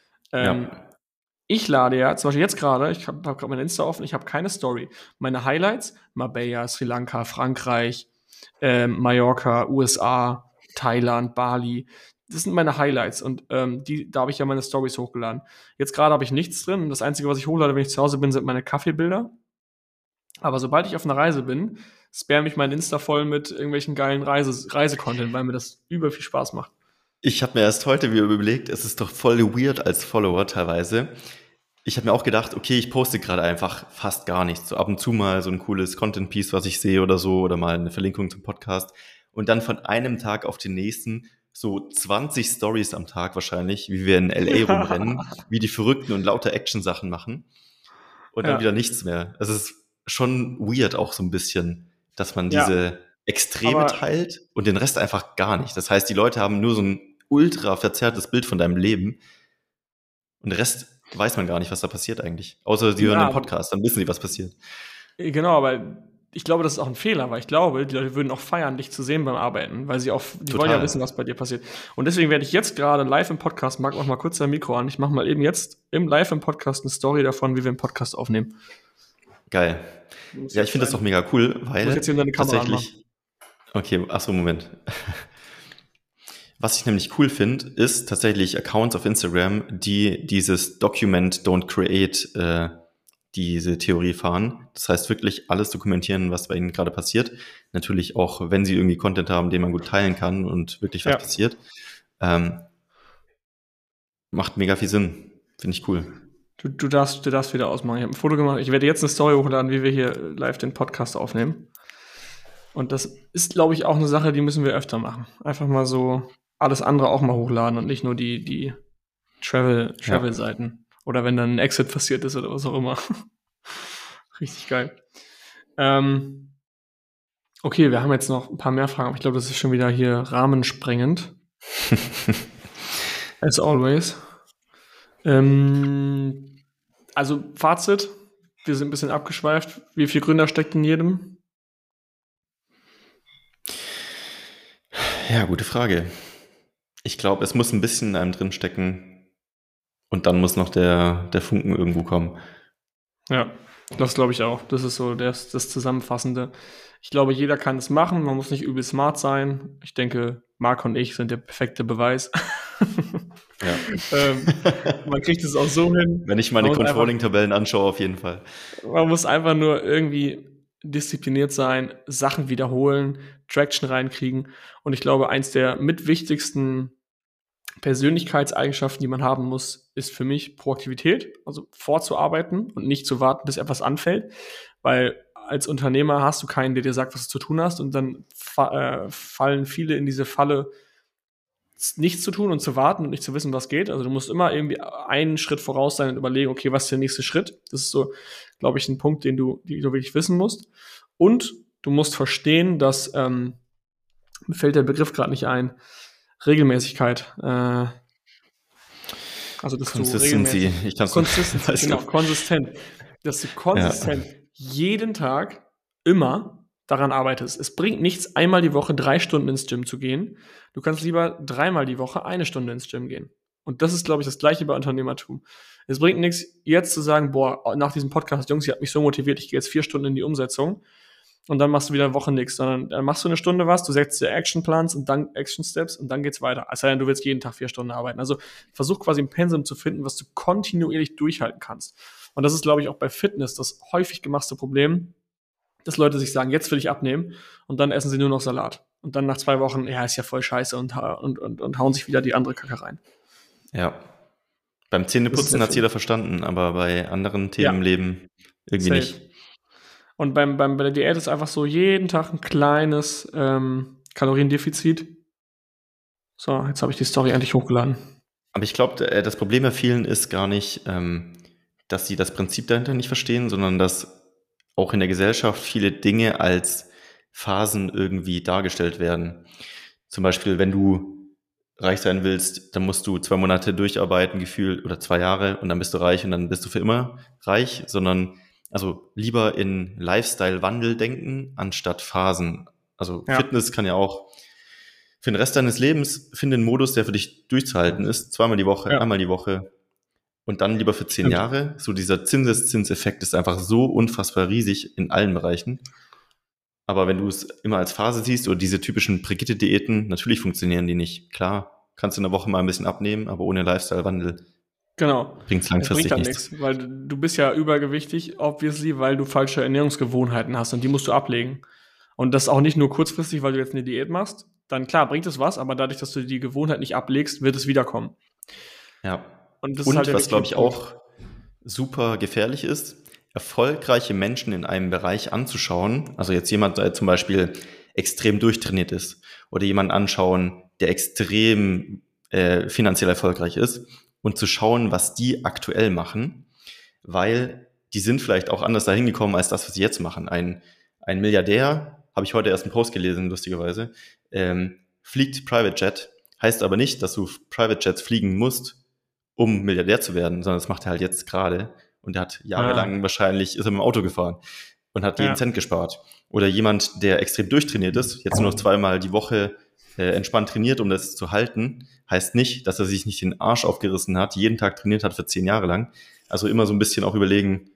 Ich lade ja, zum Beispiel jetzt gerade, ich habe gerade mein Insta offen, ich habe keine Story. Meine Highlights, Marbella, Sri Lanka, Frankreich, Mallorca, USA, Thailand, Bali. Das sind meine Highlights und da habe ich ja meine Stories hochgeladen. Jetzt gerade habe ich nichts drin. Das Einzige, was ich hochlade, wenn ich zu Hause bin, sind meine Kaffeebilder. Aber sobald ich auf einer Reise bin, spam ich mein Insta voll mit irgendwelchen geilen Reisecontent, weil mir das über viel Spaß macht. Ich habe mir erst heute wieder überlegt, es ist doch voll weird als Follower teilweise. Ich habe mir auch gedacht, okay, ich poste gerade einfach fast gar nichts. So ab und zu mal so ein cooles Content-Piece, was ich sehe oder so, oder mal eine Verlinkung zum Podcast. Und dann von einem Tag auf den nächsten so 20 Stories am Tag wahrscheinlich, wie wir in L.A. rumrennen, wie die Verrückten und lauter Action-Sachen machen. Und dann wieder nichts mehr. Es ist schon weird auch so ein bisschen, dass man diese Extreme teilt und den Rest einfach gar nicht. Das heißt, die Leute haben nur so ein ultra verzerrtes Bild von deinem Leben und den Rest weiß man gar nicht, was da passiert eigentlich. Außer sie hören den Podcast, dann wissen sie, was passiert. Genau, aber ich glaube, das ist auch ein Fehler, weil ich glaube, die Leute würden auch feiern, dich zu sehen beim Arbeiten, weil die wollen ja wissen, was bei dir passiert. Und deswegen werde ich jetzt gerade live im Podcast, mach mal kurz dein Mikro an, ich mache mal eben jetzt live im Podcast eine Story davon, wie wir einen Podcast aufnehmen. Geil. Ja, ich finde das doch mega cool, weil jetzt hier deine Kamera tatsächlich... Okay, achso, Moment. Was ich nämlich cool finde, ist tatsächlich Accounts auf Instagram, die dieses Document, Don't Create, diese Theorie fahren. Das heißt wirklich alles dokumentieren, was bei ihnen gerade passiert. Natürlich auch, wenn sie irgendwie Content haben, den man gut teilen kann und wirklich was passiert. Macht mega viel Sinn. Finde ich cool. Du darfst wieder ausmachen. Ich habe ein Foto gemacht. Ich werde jetzt eine Story hochladen, wie wir hier live den Podcast aufnehmen. Und das ist, glaube ich, auch eine Sache, die müssen wir öfter machen. Einfach mal so alles andere auch mal hochladen und nicht nur die Travel-Seiten. Oder wenn dann ein Exit passiert ist oder was auch immer. Richtig geil. Okay, wir haben jetzt noch ein paar mehr Fragen, aber ich glaube, das ist schon wieder hier rahmensprengend. As always. Also Fazit, wir sind ein bisschen abgeschweift. Wie viel Gründer steckt in jedem? Ja, gute Frage. Ich glaube, es muss ein bisschen in einem drin stecken, Und dann muss noch der Funken irgendwo kommen. Ja, das glaube ich auch. Das ist so das Zusammenfassende. Ich glaube, jeder kann es machen. Man muss nicht übel smart sein. Ich denke, Marc und ich sind der perfekte Beweis. Ja. Man kriegt es auch so hin. Wenn ich meine Controlling-Tabellen anschaue, auf jeden Fall. Man muss einfach nur irgendwie diszipliniert sein, Sachen wiederholen, Traction reinkriegen. Und ich glaube, eins der mitwichtigsten Persönlichkeitseigenschaften, die man haben muss, ist für mich Proaktivität, also vorzuarbeiten und nicht zu warten, bis etwas anfällt, weil als Unternehmer hast du keinen, der dir sagt, was du zu tun hast, und dann fallen viele in diese Falle, nichts zu tun und zu warten und nicht zu wissen, was geht. Also du musst immer irgendwie einen Schritt voraus sein und überlegen, okay, was ist der nächste Schritt? Das ist so, glaube ich, ein Punkt, den du wirklich wissen musst. Und du musst verstehen, dass, mir fällt der Begriff gerade nicht ein, Regelmäßigkeit. Also dass Consistency. Konsistent. Dass du konsistent jeden Tag immer daran arbeitest. Es bringt nichts, einmal die Woche 3 Stunden ins Gym zu gehen. Du kannst lieber 3-mal die Woche 1 Stunde ins Gym gehen. Und das ist, glaube ich, das Gleiche bei Unternehmertum. Es bringt nichts, jetzt zu sagen, boah, nach diesem Podcast, Jungs, ihr habt mich so motiviert, ich gehe jetzt 4 Stunden in die Umsetzung. Und dann machst du wieder eine Woche nichts, sondern dann machst du eine Stunde was, du setzt dir Actionplans und dann Action Steps und dann geht's weiter. Es sei denn, du willst jeden Tag 4 Stunden arbeiten. Also versuch quasi ein Pensum zu finden, was du kontinuierlich durchhalten kannst. Und das ist, glaube ich, auch bei Fitness das häufig gemachte Problem, dass Leute sich sagen, jetzt will ich abnehmen, und dann essen sie nur noch Salat. Und dann nach 2 Wochen, ja, ist ja voll scheiße, und hauen sich wieder die andere Kacke rein. Ja. Beim Zähneputzen hat es jeder verstanden, aber bei anderen Themen im Leben irgendwie nicht. Und bei der Diät ist einfach so jeden Tag ein kleines Kaloriendefizit. So, jetzt habe ich die Story endlich hochgeladen. Aber ich glaube, das Problem bei vielen ist gar nicht, dass sie das Prinzip dahinter nicht verstehen, sondern dass auch in der Gesellschaft viele Dinge als Phasen irgendwie dargestellt werden. Zum Beispiel, wenn du reich sein willst, dann musst du 2 Monate durcharbeiten, gefühlt, oder 2 Jahre, und dann bist du reich und dann bist du für immer reich, sondern also lieber in Lifestyle-Wandel denken, anstatt Phasen. Also Fitness kann ja auch für den Rest deines Lebens, finde einen Modus, der für dich durchzuhalten ist, 2-mal die Woche, einmal die Woche, und dann lieber für 10 Jahre. So dieser Zinseszinseffekt ist einfach so unfassbar riesig in allen Bereichen. Aber wenn du es immer als Phase siehst, oder diese typischen Brigitte-Diäten, natürlich funktionieren die nicht. Klar, kannst du in der Woche mal ein bisschen abnehmen, aber ohne Lifestyle-Wandel bringt es langfristig nichts. Weil du bist ja übergewichtig, obviously, weil du falsche Ernährungsgewohnheiten hast, und die musst du ablegen. Und das auch nicht nur kurzfristig, weil du jetzt eine Diät machst. Dann klar, bringt es was, aber dadurch, dass du die Gewohnheit nicht ablegst, wird es wiederkommen. Ja. Und halt was, glaube ich, auch super gefährlich ist, erfolgreiche Menschen in einem Bereich anzuschauen, also jetzt jemand, der zum Beispiel extrem durchtrainiert ist, oder jemanden anschauen, der extrem finanziell erfolgreich ist, und zu schauen, was die aktuell machen, weil die sind vielleicht auch anders dahin gekommen als das, was sie jetzt machen. Ein Milliardär, habe ich heute erst einen Post gelesen, lustigerweise, fliegt Private Jet, heißt aber nicht, dass du Private Jets fliegen musst, um Milliardär zu werden, sondern das macht er halt jetzt gerade. Und er hat jahrelang wahrscheinlich, ist er mit dem Auto gefahren und hat jeden Cent gespart. Oder jemand, der extrem durchtrainiert ist, jetzt nur noch 2-mal die Woche entspannt trainiert, um das zu halten, heißt nicht, dass er sich nicht den Arsch aufgerissen hat, jeden Tag trainiert hat für 10 Jahre lang. Also immer so ein bisschen auch überlegen,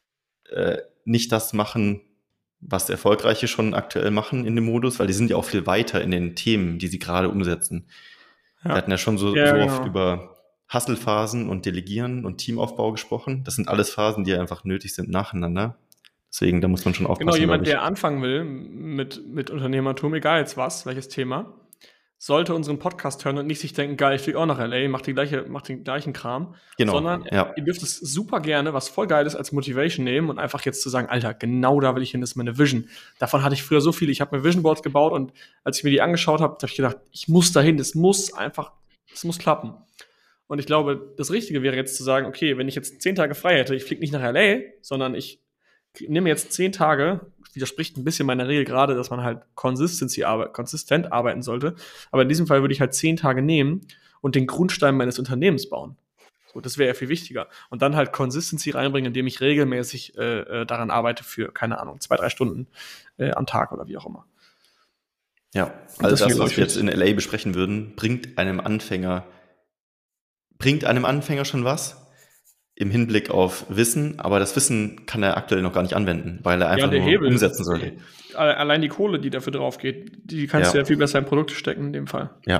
nicht das machen, was Erfolgreiche schon aktuell machen in dem Modus, weil die sind ja auch viel weiter in den Themen, die sie gerade umsetzen. Wir hatten ja schon so oft über Hustle-Phasen und Delegieren und Teamaufbau gesprochen. Das sind alles Phasen, die einfach nötig sind nacheinander. Deswegen, da muss man schon aufpassen. Genau, jemand, der anfangen will mit Unternehmertum, egal jetzt welches Thema, sollte unseren Podcast hören und nicht sich denken, geil, ich fliege auch nach LA, mach den gleichen Kram. Genau, sondern ihr dürft es super gerne, was voll geil ist, als Motivation nehmen und einfach jetzt zu sagen, Alter, genau da will ich hin, das ist meine Vision. Davon hatte ich früher so viel. Ich habe mir Vision Boards gebaut, und als ich mir die angeschaut habe, habe ich gedacht, ich muss dahin, das muss klappen. Und ich glaube, das Richtige wäre jetzt zu sagen, okay, wenn ich jetzt 10 Tage frei hätte, ich fliege nicht nach LA, sondern ich nehme jetzt 10 Tage, widerspricht ein bisschen meiner Regel gerade, dass man halt konsistent arbeiten sollte. Aber in diesem Fall würde ich halt 10 Tage nehmen und den Grundstein meines Unternehmens bauen. So, das wäre ja viel wichtiger. Und dann halt Consistency reinbringen, indem ich regelmäßig daran arbeite für, keine Ahnung, 2-3 Stunden am Tag oder wie auch immer. Ja, also das was wir jetzt in LA besprechen würden, bringt einem Anfänger bringt einem Anfänger schon was im Hinblick auf Wissen, aber das Wissen kann er aktuell noch gar nicht anwenden, weil er einfach nur umsetzen sollte. Allein die Kohle, die dafür drauf geht, die kannst du ja viel besser in Produkte stecken in dem Fall. Ja.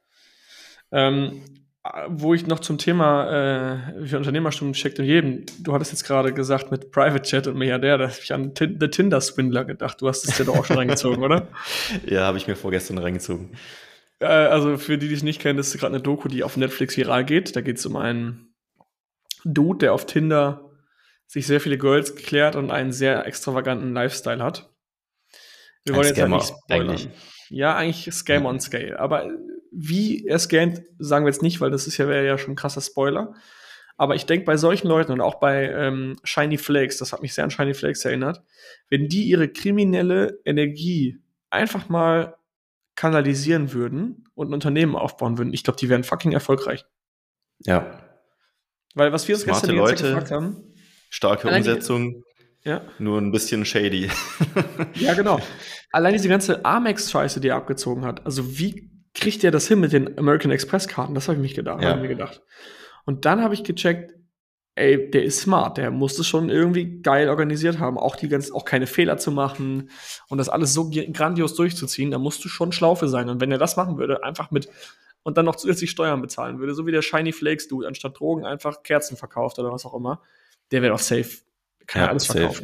Wo ich noch zum Thema für Unternehmerstunden steckt in jedem, du hattest jetzt gerade gesagt mit Private Chat und Milliardär, da habe ich an The Tinder-Swindler gedacht. Du hast es ja doch auch schon reingezogen, oder? Ja, habe ich mir vorgestern reingezogen. Also für die es nicht kennen, das ist gerade eine Doku, die auf Netflix viral geht. Da geht es um einen Dude, der auf Tinder sich sehr viele Girls klärt und einen sehr extravaganten Lifestyle hat. Wir wollen jetzt halt nicht spoilern. Eigentlich. Ja, eigentlich Scam on Scale. Aber wie er scannt, sagen wir jetzt nicht, weil das wäre ja schon ein krasser Spoiler. Aber ich denke, bei solchen Leuten und auch bei Shiny Flakes, das hat mich sehr an Shiny Flakes erinnert, wenn die ihre kriminelle Energie einfach mal kanalisieren würden und ein Unternehmen aufbauen würden, ich glaube, die wären fucking erfolgreich. Ja. Weil was wir uns smarte gestern Leute, gefragt haben, starke Umsetzung, nur ein bisschen shady. Ja, genau. Allein diese ganze Amex-Scheiße, die er abgezogen hat, also wie kriegt er das hin mit den American Express-Karten? Das habe ich mir gedacht. Und dann habe ich gecheckt, ey, der ist smart, der muss das schon irgendwie geil organisiert haben, auch keine Fehler zu machen und das alles so grandios durchzuziehen, da musst du schon schlau für sein. Und wenn er das machen würde, einfach und dann noch zusätzlich Steuern bezahlen würde, so wie der Shiny Flakes Dude, anstatt Drogen einfach Kerzen verkauft oder was auch immer, der wäre doch safe. Kann ja alles verkaufen.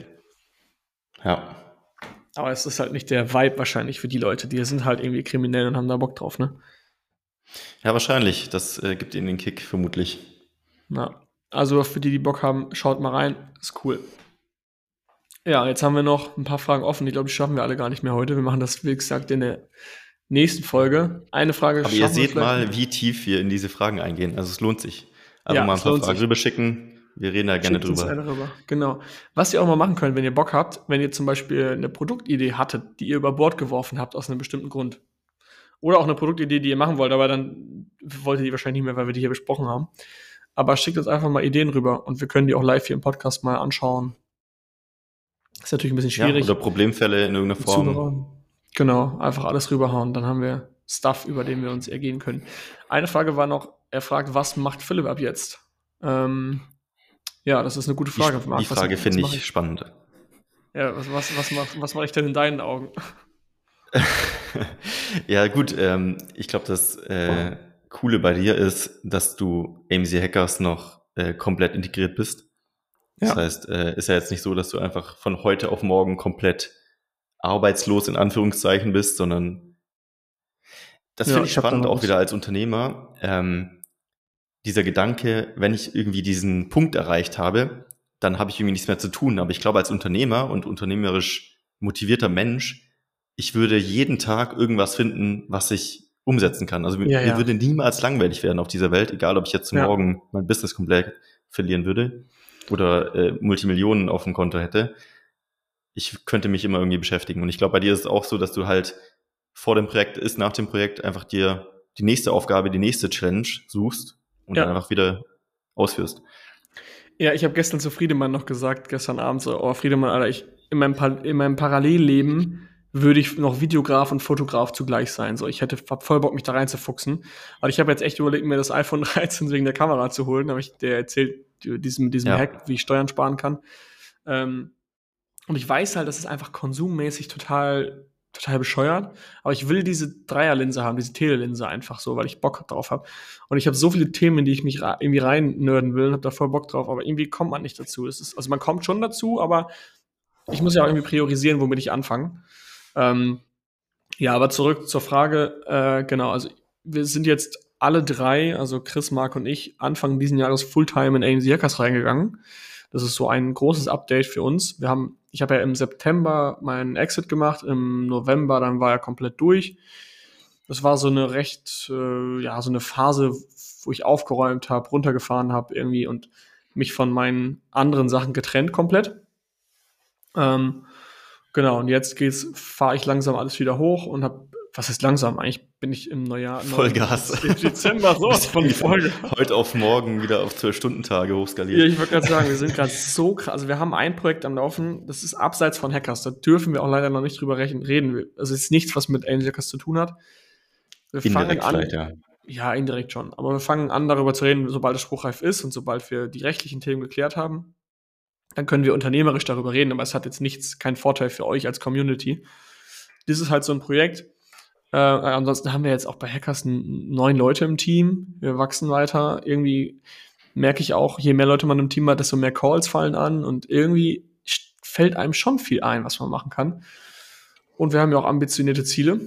Ja. Aber es ist halt nicht der Vibe wahrscheinlich für die Leute, die sind halt irgendwie kriminell und haben da Bock drauf, ne? Ja, wahrscheinlich. Das gibt ihnen den Kick, vermutlich. Ja. Also für die Bock haben, schaut mal rein. Ist cool. Ja, jetzt haben wir noch ein paar Fragen offen. Ich glaube, die schaffen wir alle gar nicht mehr heute. Wir machen das, wie gesagt, in der nächsten Folge. Eine Frage. Aber ihr seht mal, wie tief wir in diese Fragen eingehen. Also es lohnt sich. Einfach mal ein paar Fragen rüberschicken. Wir reden da gerne drüber. Genau. Was ihr auch mal machen könnt, wenn ihr Bock habt, wenn ihr zum Beispiel eine Produktidee hattet, die ihr über Bord geworfen habt aus einem bestimmten Grund. Oder auch eine Produktidee, die ihr machen wollt, aber dann wollt ihr die wahrscheinlich nicht mehr, weil wir die hier besprochen haben. Aber schickt uns einfach mal Ideen rüber und wir können die auch live hier im Podcast mal anschauen. Ist natürlich ein bisschen schwierig. Ja, oder Problemfälle in irgendeiner Form. Genau, einfach alles rüberhauen. Dann haben wir Stuff, über den wir uns ergehen können. Eine Frage war noch, er fragt, was macht Philipp ab jetzt? Ja, das ist eine gute Frage. Die Frage finde ich spannend. Ja, was mache ich denn in deinen Augen? Ja, gut, ich glaube, das Coole bei dir ist, dass du AMZ Hackers noch komplett integriert bist. Ja. Das heißt, ist ja jetzt nicht so, dass du einfach von heute auf morgen komplett arbeitslos in Anführungszeichen bist, sondern das finde ich spannend, auch wieder als Unternehmer. Dieser Gedanke, wenn ich irgendwie diesen Punkt erreicht habe, dann habe ich irgendwie nichts mehr zu tun. Aber ich glaube, als Unternehmer und unternehmerisch motivierter Mensch, ich würde jeden Tag irgendwas finden, was ich umsetzen kann. Also mir würde niemals langweilig werden auf dieser Welt, egal ob ich jetzt morgen mein Business komplett verlieren würde oder Multimillionen auf dem Konto hätte. Ich könnte mich immer irgendwie beschäftigen. Und ich glaube, bei dir ist es auch so, dass du halt vor dem Projekt nach dem Projekt einfach dir die nächste Aufgabe, die nächste Challenge suchst und dann einfach wieder ausführst. Ja, ich habe gestern zu Friedemann noch gesagt, gestern Abend so, oh Friedemann, Alter, in meinem Parallelleben würde ich noch Videograf und Fotograf zugleich sein. So, ich hätte voll Bock, mich da reinzufuchsen. Aber ich habe jetzt echt überlegt, mir das iPhone 13 wegen der Kamera zu holen. Da habe ich dir erzählt, diesem Hack, wie ich Steuern sparen kann. Und ich weiß halt, das ist einfach konsummäßig total bescheuert, aber ich will diese Dreierlinse haben, diese Telelinse einfach so, weil ich Bock drauf habe. Und ich habe so viele Themen, in die ich mich irgendwie rein nerden will und habe da voll Bock drauf, aber irgendwie kommt man nicht dazu. Also man kommt schon dazu, aber ich muss ja auch irgendwie priorisieren, womit ich anfange. Aber zurück zur Frage, genau, also wir sind jetzt alle drei, also Chris, Marc und ich, Anfang diesen Jahres Fulltime in AMZ Hackers reingegangen. Das ist so ein großes Update für uns. Ich habe ja im September meinen Exit gemacht, im November, dann war er komplett durch. Das war so eine so eine Phase, wo ich aufgeräumt habe, runtergefahren habe irgendwie und mich von meinen anderen Sachen getrennt komplett. Genau, und jetzt fahre ich langsam alles wieder hoch und was heißt langsam? Eigentlich bin ich im Neujahr. Vollgas. Im Dezember sowas von Folge. Heute auf morgen wieder auf 12-Stunden-Tage hochskaliert. Ja, ich wollte gerade sagen, wir sind gerade so krass. Also wir haben ein Projekt am Laufen, das ist abseits von Hackers. Da dürfen wir auch leider noch nicht drüber reden. Also es ist nichts, was mit AMZ Hackers zu tun hat. Wir fangen an. Ja. Ja, indirekt schon. Aber wir fangen an, darüber zu reden, sobald es spruchreif ist und sobald wir die rechtlichen Themen geklärt haben. Dann können wir unternehmerisch darüber reden, aber es hat jetzt keinen Vorteil für euch als Community. Das ist halt so ein Projekt. Ansonsten haben wir jetzt auch bei Hackers 9 Leute im Team. Wir wachsen weiter. Irgendwie merke ich auch, je mehr Leute man im Team hat, desto mehr Calls fallen an und irgendwie fällt einem schon viel ein, was man machen kann. Und wir haben ja auch ambitionierte Ziele.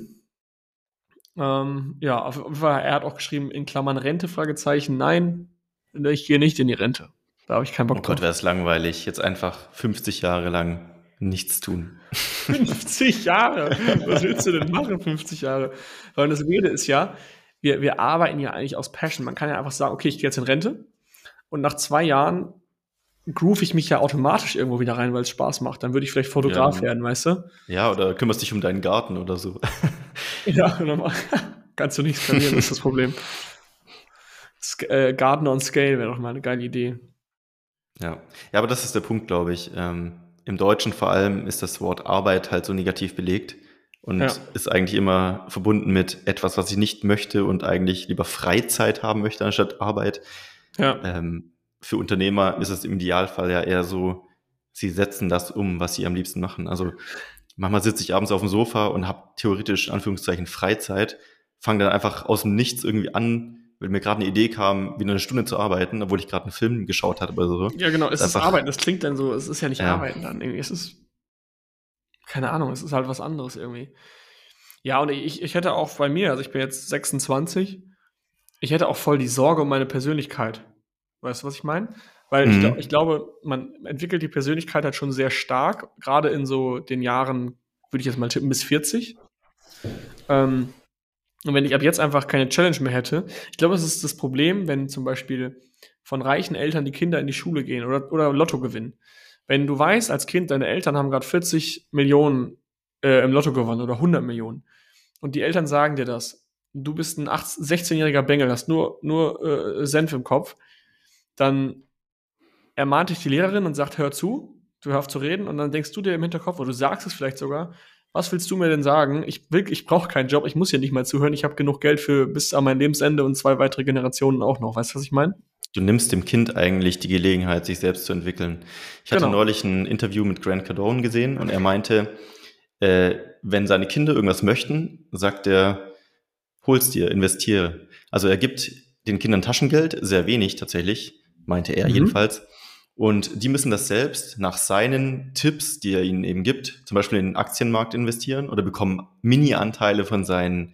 Ja, auf jeden Fall, er hat auch geschrieben, in Klammern Rente, Fragezeichen, nein, ich gehe nicht in die Rente. Da habe ich keinen Bock drauf. Oh Gott, wäre es langweilig. Jetzt einfach 50 Jahre lang nichts tun. 50 Jahre? Was willst du denn machen, 50 Jahre? Weil das Rede ist ja, wir arbeiten ja eigentlich aus Passion. Man kann ja einfach sagen, okay, ich gehe jetzt in Rente und nach 2 Jahren groove ich mich ja automatisch irgendwo wieder rein, weil es Spaß macht. Dann würde ich vielleicht Fotograf werden, weißt du? Ja, oder kümmerst dich um deinen Garten oder so. Ja, dann kannst du nicht skalieren, das ist das Problem. Gardener on Scale wäre doch mal eine geile Idee. Ja, aber das ist der Punkt, glaube ich. Im Deutschen vor allem ist das Wort Arbeit halt so negativ belegt und ist eigentlich immer verbunden mit etwas, was ich nicht möchte und eigentlich lieber Freizeit haben möchte, anstatt Arbeit. Ja. Für Unternehmer ist es im Idealfall ja eher so, sie setzen das um, was sie am liebsten machen. Also manchmal sitze ich abends auf dem Sofa und habe theoretisch, in Anführungszeichen, Freizeit, fange dann einfach aus dem Nichts irgendwie an, weil mir gerade eine Idee kam, wieder eine Stunde zu arbeiten, obwohl ich gerade einen Film geschaut habe oder so. Ja, genau, es ist Arbeiten, das klingt dann so, es ist ja nicht Arbeiten dann irgendwie, es ist, keine Ahnung, es ist halt was anderes irgendwie. Ja, und ich hätte auch bei mir, also ich bin jetzt 26, ich hätte auch voll die Sorge um meine Persönlichkeit. Weißt du, was ich meine? Weil ich glaube, man entwickelt die Persönlichkeit halt schon sehr stark, gerade in so den Jahren, würde ich jetzt mal tippen, bis 40. Und wenn ich ab jetzt einfach keine Challenge mehr hätte, ich glaube, das ist das Problem, wenn zum Beispiel von reichen Eltern die Kinder in die Schule gehen oder Lotto gewinnen. Wenn du weißt, als Kind, deine Eltern haben gerade 40 Millionen im Lotto gewonnen oder 100 Millionen und die Eltern sagen dir das, du bist ein 16-jähriger Bengel, hast nur Senf im Kopf, dann ermahnt dich die Lehrerin und sagt, hör zu, du hör auf zu reden und dann denkst du dir im Hinterkopf, oder du sagst es vielleicht sogar, was willst du mir denn sagen? Ich brauche keinen Job, ich muss hier nicht mal zuhören, ich habe genug Geld für bis an mein Lebensende und 2 weitere Generationen auch noch. Weißt du, was ich meine? Du nimmst dem Kind eigentlich die Gelegenheit, sich selbst zu entwickeln. Ich hatte neulich ein Interview mit Grant Cardone gesehen und er meinte, wenn seine Kinder irgendwas möchten, sagt er, hol's dir, investiere. Also er gibt den Kindern Taschengeld, sehr wenig tatsächlich, meinte er jedenfalls. Und die müssen das selbst nach seinen Tipps, die er ihnen eben gibt, zum Beispiel in den Aktienmarkt investieren oder bekommen Mini-Anteile von seinen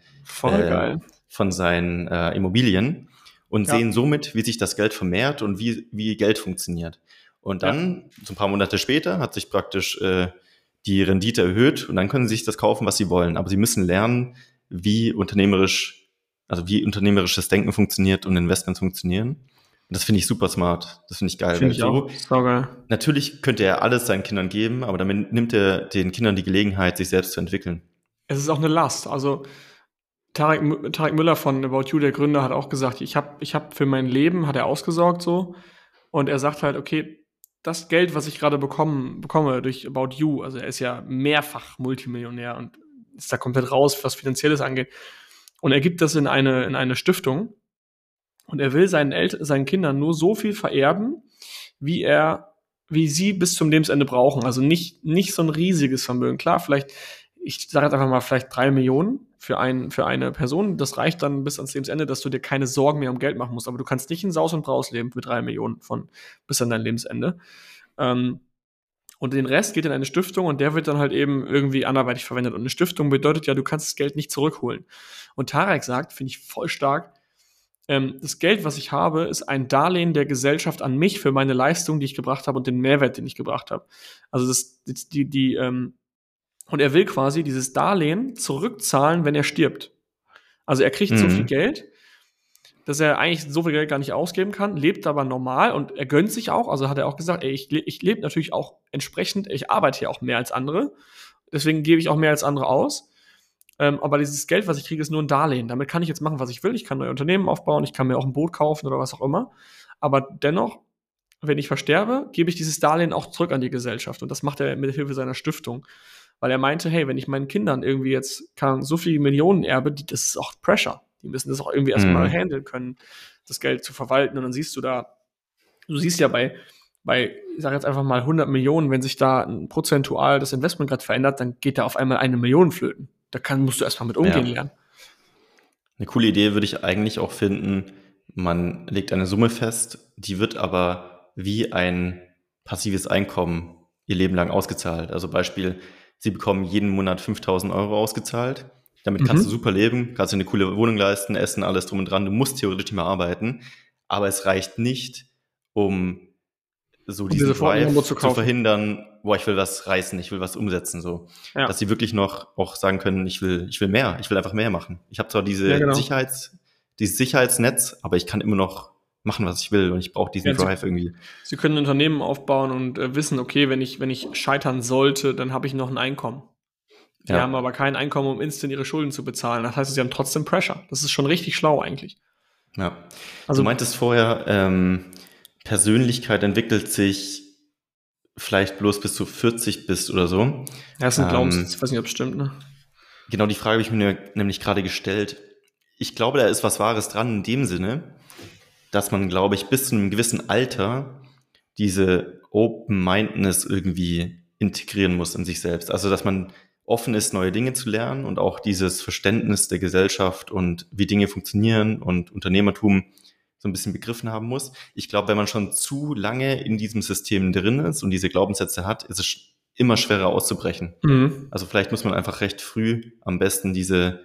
Immobilien und sehen somit, wie sich das Geld vermehrt und wie Geld funktioniert. Und dann, so ein paar Monate später, hat sich praktisch die Rendite erhöht und dann können sie sich das kaufen, was sie wollen. Aber sie müssen lernen, wie unternehmerisches Denken funktioniert und Investments funktionieren. Und das finde ich super smart. Das finde ich geil. Finde ich auch. Saugeil. Natürlich könnte er alles seinen Kindern geben, aber damit nimmt er den Kindern die Gelegenheit, sich selbst zu entwickeln. Es ist auch eine Last. Also Tarek Müller von About You, der Gründer, hat auch gesagt, ich hab für mein Leben, hat er ausgesorgt so. Und er sagt halt, okay, das Geld, was ich gerade bekomme durch About You, also er ist ja mehrfach Multimillionär und ist da komplett raus, was Finanzielles angeht. Und er gibt das in eine Stiftung. Und er will seinen Kindern nur so viel vererben, wie sie bis zum Lebensende brauchen. Also nicht so ein riesiges Vermögen. Klar, vielleicht, ich sage jetzt einfach mal, vielleicht 3 Millionen für eine Person. Das reicht dann bis ans Lebensende, dass du dir keine Sorgen mehr um Geld machen musst. Aber du kannst nicht in Saus und Braus leben mit 3 Millionen bis an dein Lebensende. Und den Rest geht in eine Stiftung und der wird dann halt eben irgendwie anderweitig verwendet. Und eine Stiftung bedeutet ja, du kannst das Geld nicht zurückholen. Und Tarek sagt, finde ich voll stark, das Geld, was ich habe, ist ein Darlehen der Gesellschaft an mich für meine Leistung, die ich gebracht habe und den Mehrwert, den ich gebracht habe. Also und er will quasi dieses Darlehen zurückzahlen, wenn er stirbt. Also er kriegt so viel Geld, dass er eigentlich so viel Geld gar nicht ausgeben kann, lebt aber normal und er gönnt sich auch. Also hat er auch gesagt, ich lebe natürlich auch entsprechend, ich arbeite ja auch mehr als andere, deswegen gebe ich auch mehr als andere aus. Aber dieses Geld, was ich kriege, ist nur ein Darlehen. Damit kann ich jetzt machen, was ich will. Ich kann neue Unternehmen aufbauen, ich kann mir auch ein Boot kaufen oder was auch immer. Aber dennoch, wenn ich versterbe, gebe ich dieses Darlehen auch zurück an die Gesellschaft. Und das macht er mit Hilfe seiner Stiftung. Weil er meinte, hey, wenn ich meinen Kindern irgendwie jetzt so viele Millionen erbe, das ist auch Pressure. Die müssen das auch irgendwie erstmal handeln können, das Geld zu verwalten. Und dann siehst du ja bei, ich sage jetzt einfach mal 100 Millionen, wenn sich da prozentual das Investment gerade verändert, dann geht da auf einmal 1 Million flöten. Musst du erstmal mit umgehen lernen. Eine coole Idee würde ich eigentlich auch finden, man legt eine Summe fest, die wird aber wie ein passives Einkommen ihr Leben lang ausgezahlt. Also Beispiel, Sie bekommen jeden Monat 5.000 Euro ausgezahlt. Damit kannst du super leben, kannst dir eine coole Wohnung leisten, essen, alles drum und dran. Du musst theoretisch nicht mehr arbeiten, aber es reicht nicht, um so diesen Drive zu verhindern, ich will was reißen, ich will was umsetzen, so. Ja. Dass sie wirklich noch auch sagen können, ich will mehr, ich will einfach mehr machen. Ich habe zwar dieses Sicherheitsnetz, aber ich kann immer noch machen, was ich will und ich brauche diesen Drive irgendwie. Sie können ein Unternehmen aufbauen und wissen, okay, wenn ich scheitern sollte, dann habe ich noch ein Einkommen. Die haben aber kein Einkommen, um instant ihre Schulden zu bezahlen. Das heißt, sie haben trotzdem Pressure. Das ist schon richtig schlau eigentlich. Ja. Also, du meintest vorher, Persönlichkeit entwickelt sich vielleicht bloß bis du 40 bist oder so. Ja, das ist ein Glaubenssatz. Ich weiß nicht, ob es stimmt, ne? Genau, die Frage habe ich mir nämlich gerade gestellt. Ich glaube, da ist was Wahres dran in dem Sinne, dass man, glaube ich, bis zu einem gewissen Alter diese Open-Mindedness irgendwie integrieren muss in sich selbst. Also, dass man offen ist, neue Dinge zu lernen und auch dieses Verständnis der Gesellschaft und wie Dinge funktionieren und Unternehmertum so ein bisschen begriffen haben muss. Ich glaube, wenn man schon zu lange in diesem System drin ist und diese Glaubenssätze hat, ist es immer schwerer auszubrechen. Also vielleicht muss man einfach recht früh am besten diesen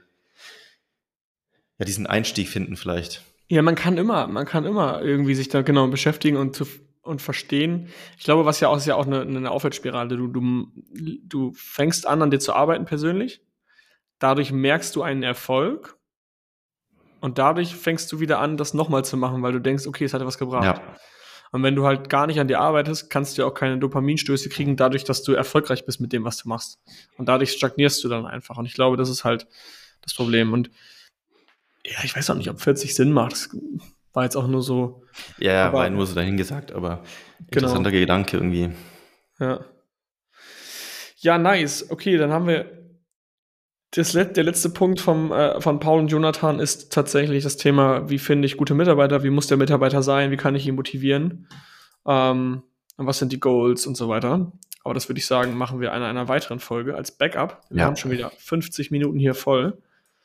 Einstieg finden vielleicht. Ja, man kann immer irgendwie sich da genau beschäftigen und verstehen. Ich glaube, was ist ja auch eine Aufwärtsspirale. Du fängst an dir zu arbeiten persönlich. Dadurch merkst du einen Erfolg. Und dadurch fängst du wieder an, das nochmal zu machen, weil du denkst, okay, es hat was gebracht. Ja. Und wenn du halt gar nicht an dir arbeitest, kannst du ja auch keine Dopaminstöße kriegen, dadurch, dass du erfolgreich bist mit dem, was du machst. Und dadurch stagnierst du dann einfach. Und ich glaube, das ist halt das Problem. Und ja, ich weiß auch nicht, ob 40 Sinn macht. Das war jetzt auch nur so. Ja, war nur so dahingesagt, aber interessanter Gedanke irgendwie. Ja. Ja, nice. Okay, dann haben wir der letzte Punkt von Paul und Jonathan ist tatsächlich das Thema, wie finde ich gute Mitarbeiter, wie muss der Mitarbeiter sein, wie kann ich ihn motivieren, und was sind die Goals und so weiter. Aber das würde ich sagen, machen wir in einer weiteren Folge als Backup. Wir haben schon wieder 50 Minuten hier voll.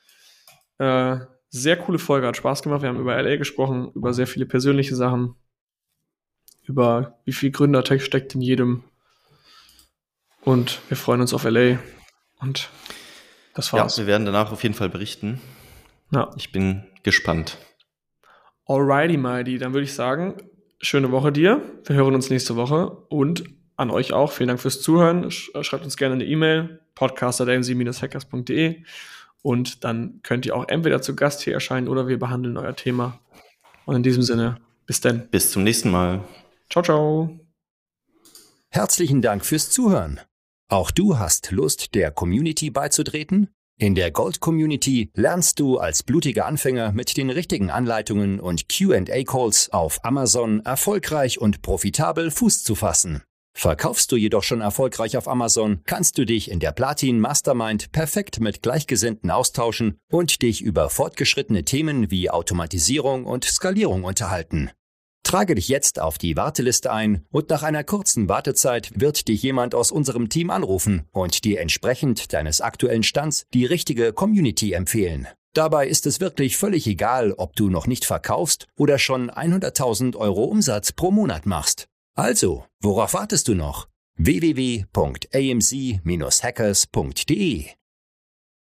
Sehr coole Folge, hat Spaß gemacht. Wir haben über LA gesprochen, über sehr viele persönliche Sachen, über wie viel Gründertech steckt in jedem. Und wir freuen uns auf LA. Und das war's. Ja, wir werden danach auf jeden Fall berichten. Ja. Ich bin gespannt. Alrighty, Mighty. Dann würde ich sagen, schöne Woche dir. Wir hören uns nächste Woche und an euch auch. Vielen Dank fürs Zuhören. Schreibt uns gerne eine E-Mail, podcast@amc-hackers.de und dann könnt ihr auch entweder zu Gast hier erscheinen oder wir behandeln euer Thema. Und in diesem Sinne, bis dann. Bis zum nächsten Mal. Ciao, ciao. Herzlichen Dank fürs Zuhören. Auch du hast Lust, der Community beizutreten? In der Gold Community lernst du als blutiger Anfänger mit den richtigen Anleitungen und Q&A-Calls auf Amazon erfolgreich und profitabel Fuß zu fassen. Verkaufst du jedoch schon erfolgreich auf Amazon, kannst du dich in der Platin Mastermind perfekt mit Gleichgesinnten austauschen und dich über fortgeschrittene Themen wie Automatisierung und Skalierung unterhalten. Trage dich jetzt auf die Warteliste ein und nach einer kurzen Wartezeit wird dich jemand aus unserem Team anrufen und dir entsprechend deines aktuellen Stands die richtige Community empfehlen. Dabei ist es wirklich völlig egal, ob du noch nicht verkaufst oder schon 100.000 Euro Umsatz pro Monat machst. Also, worauf wartest du noch? www.amc-hackers.de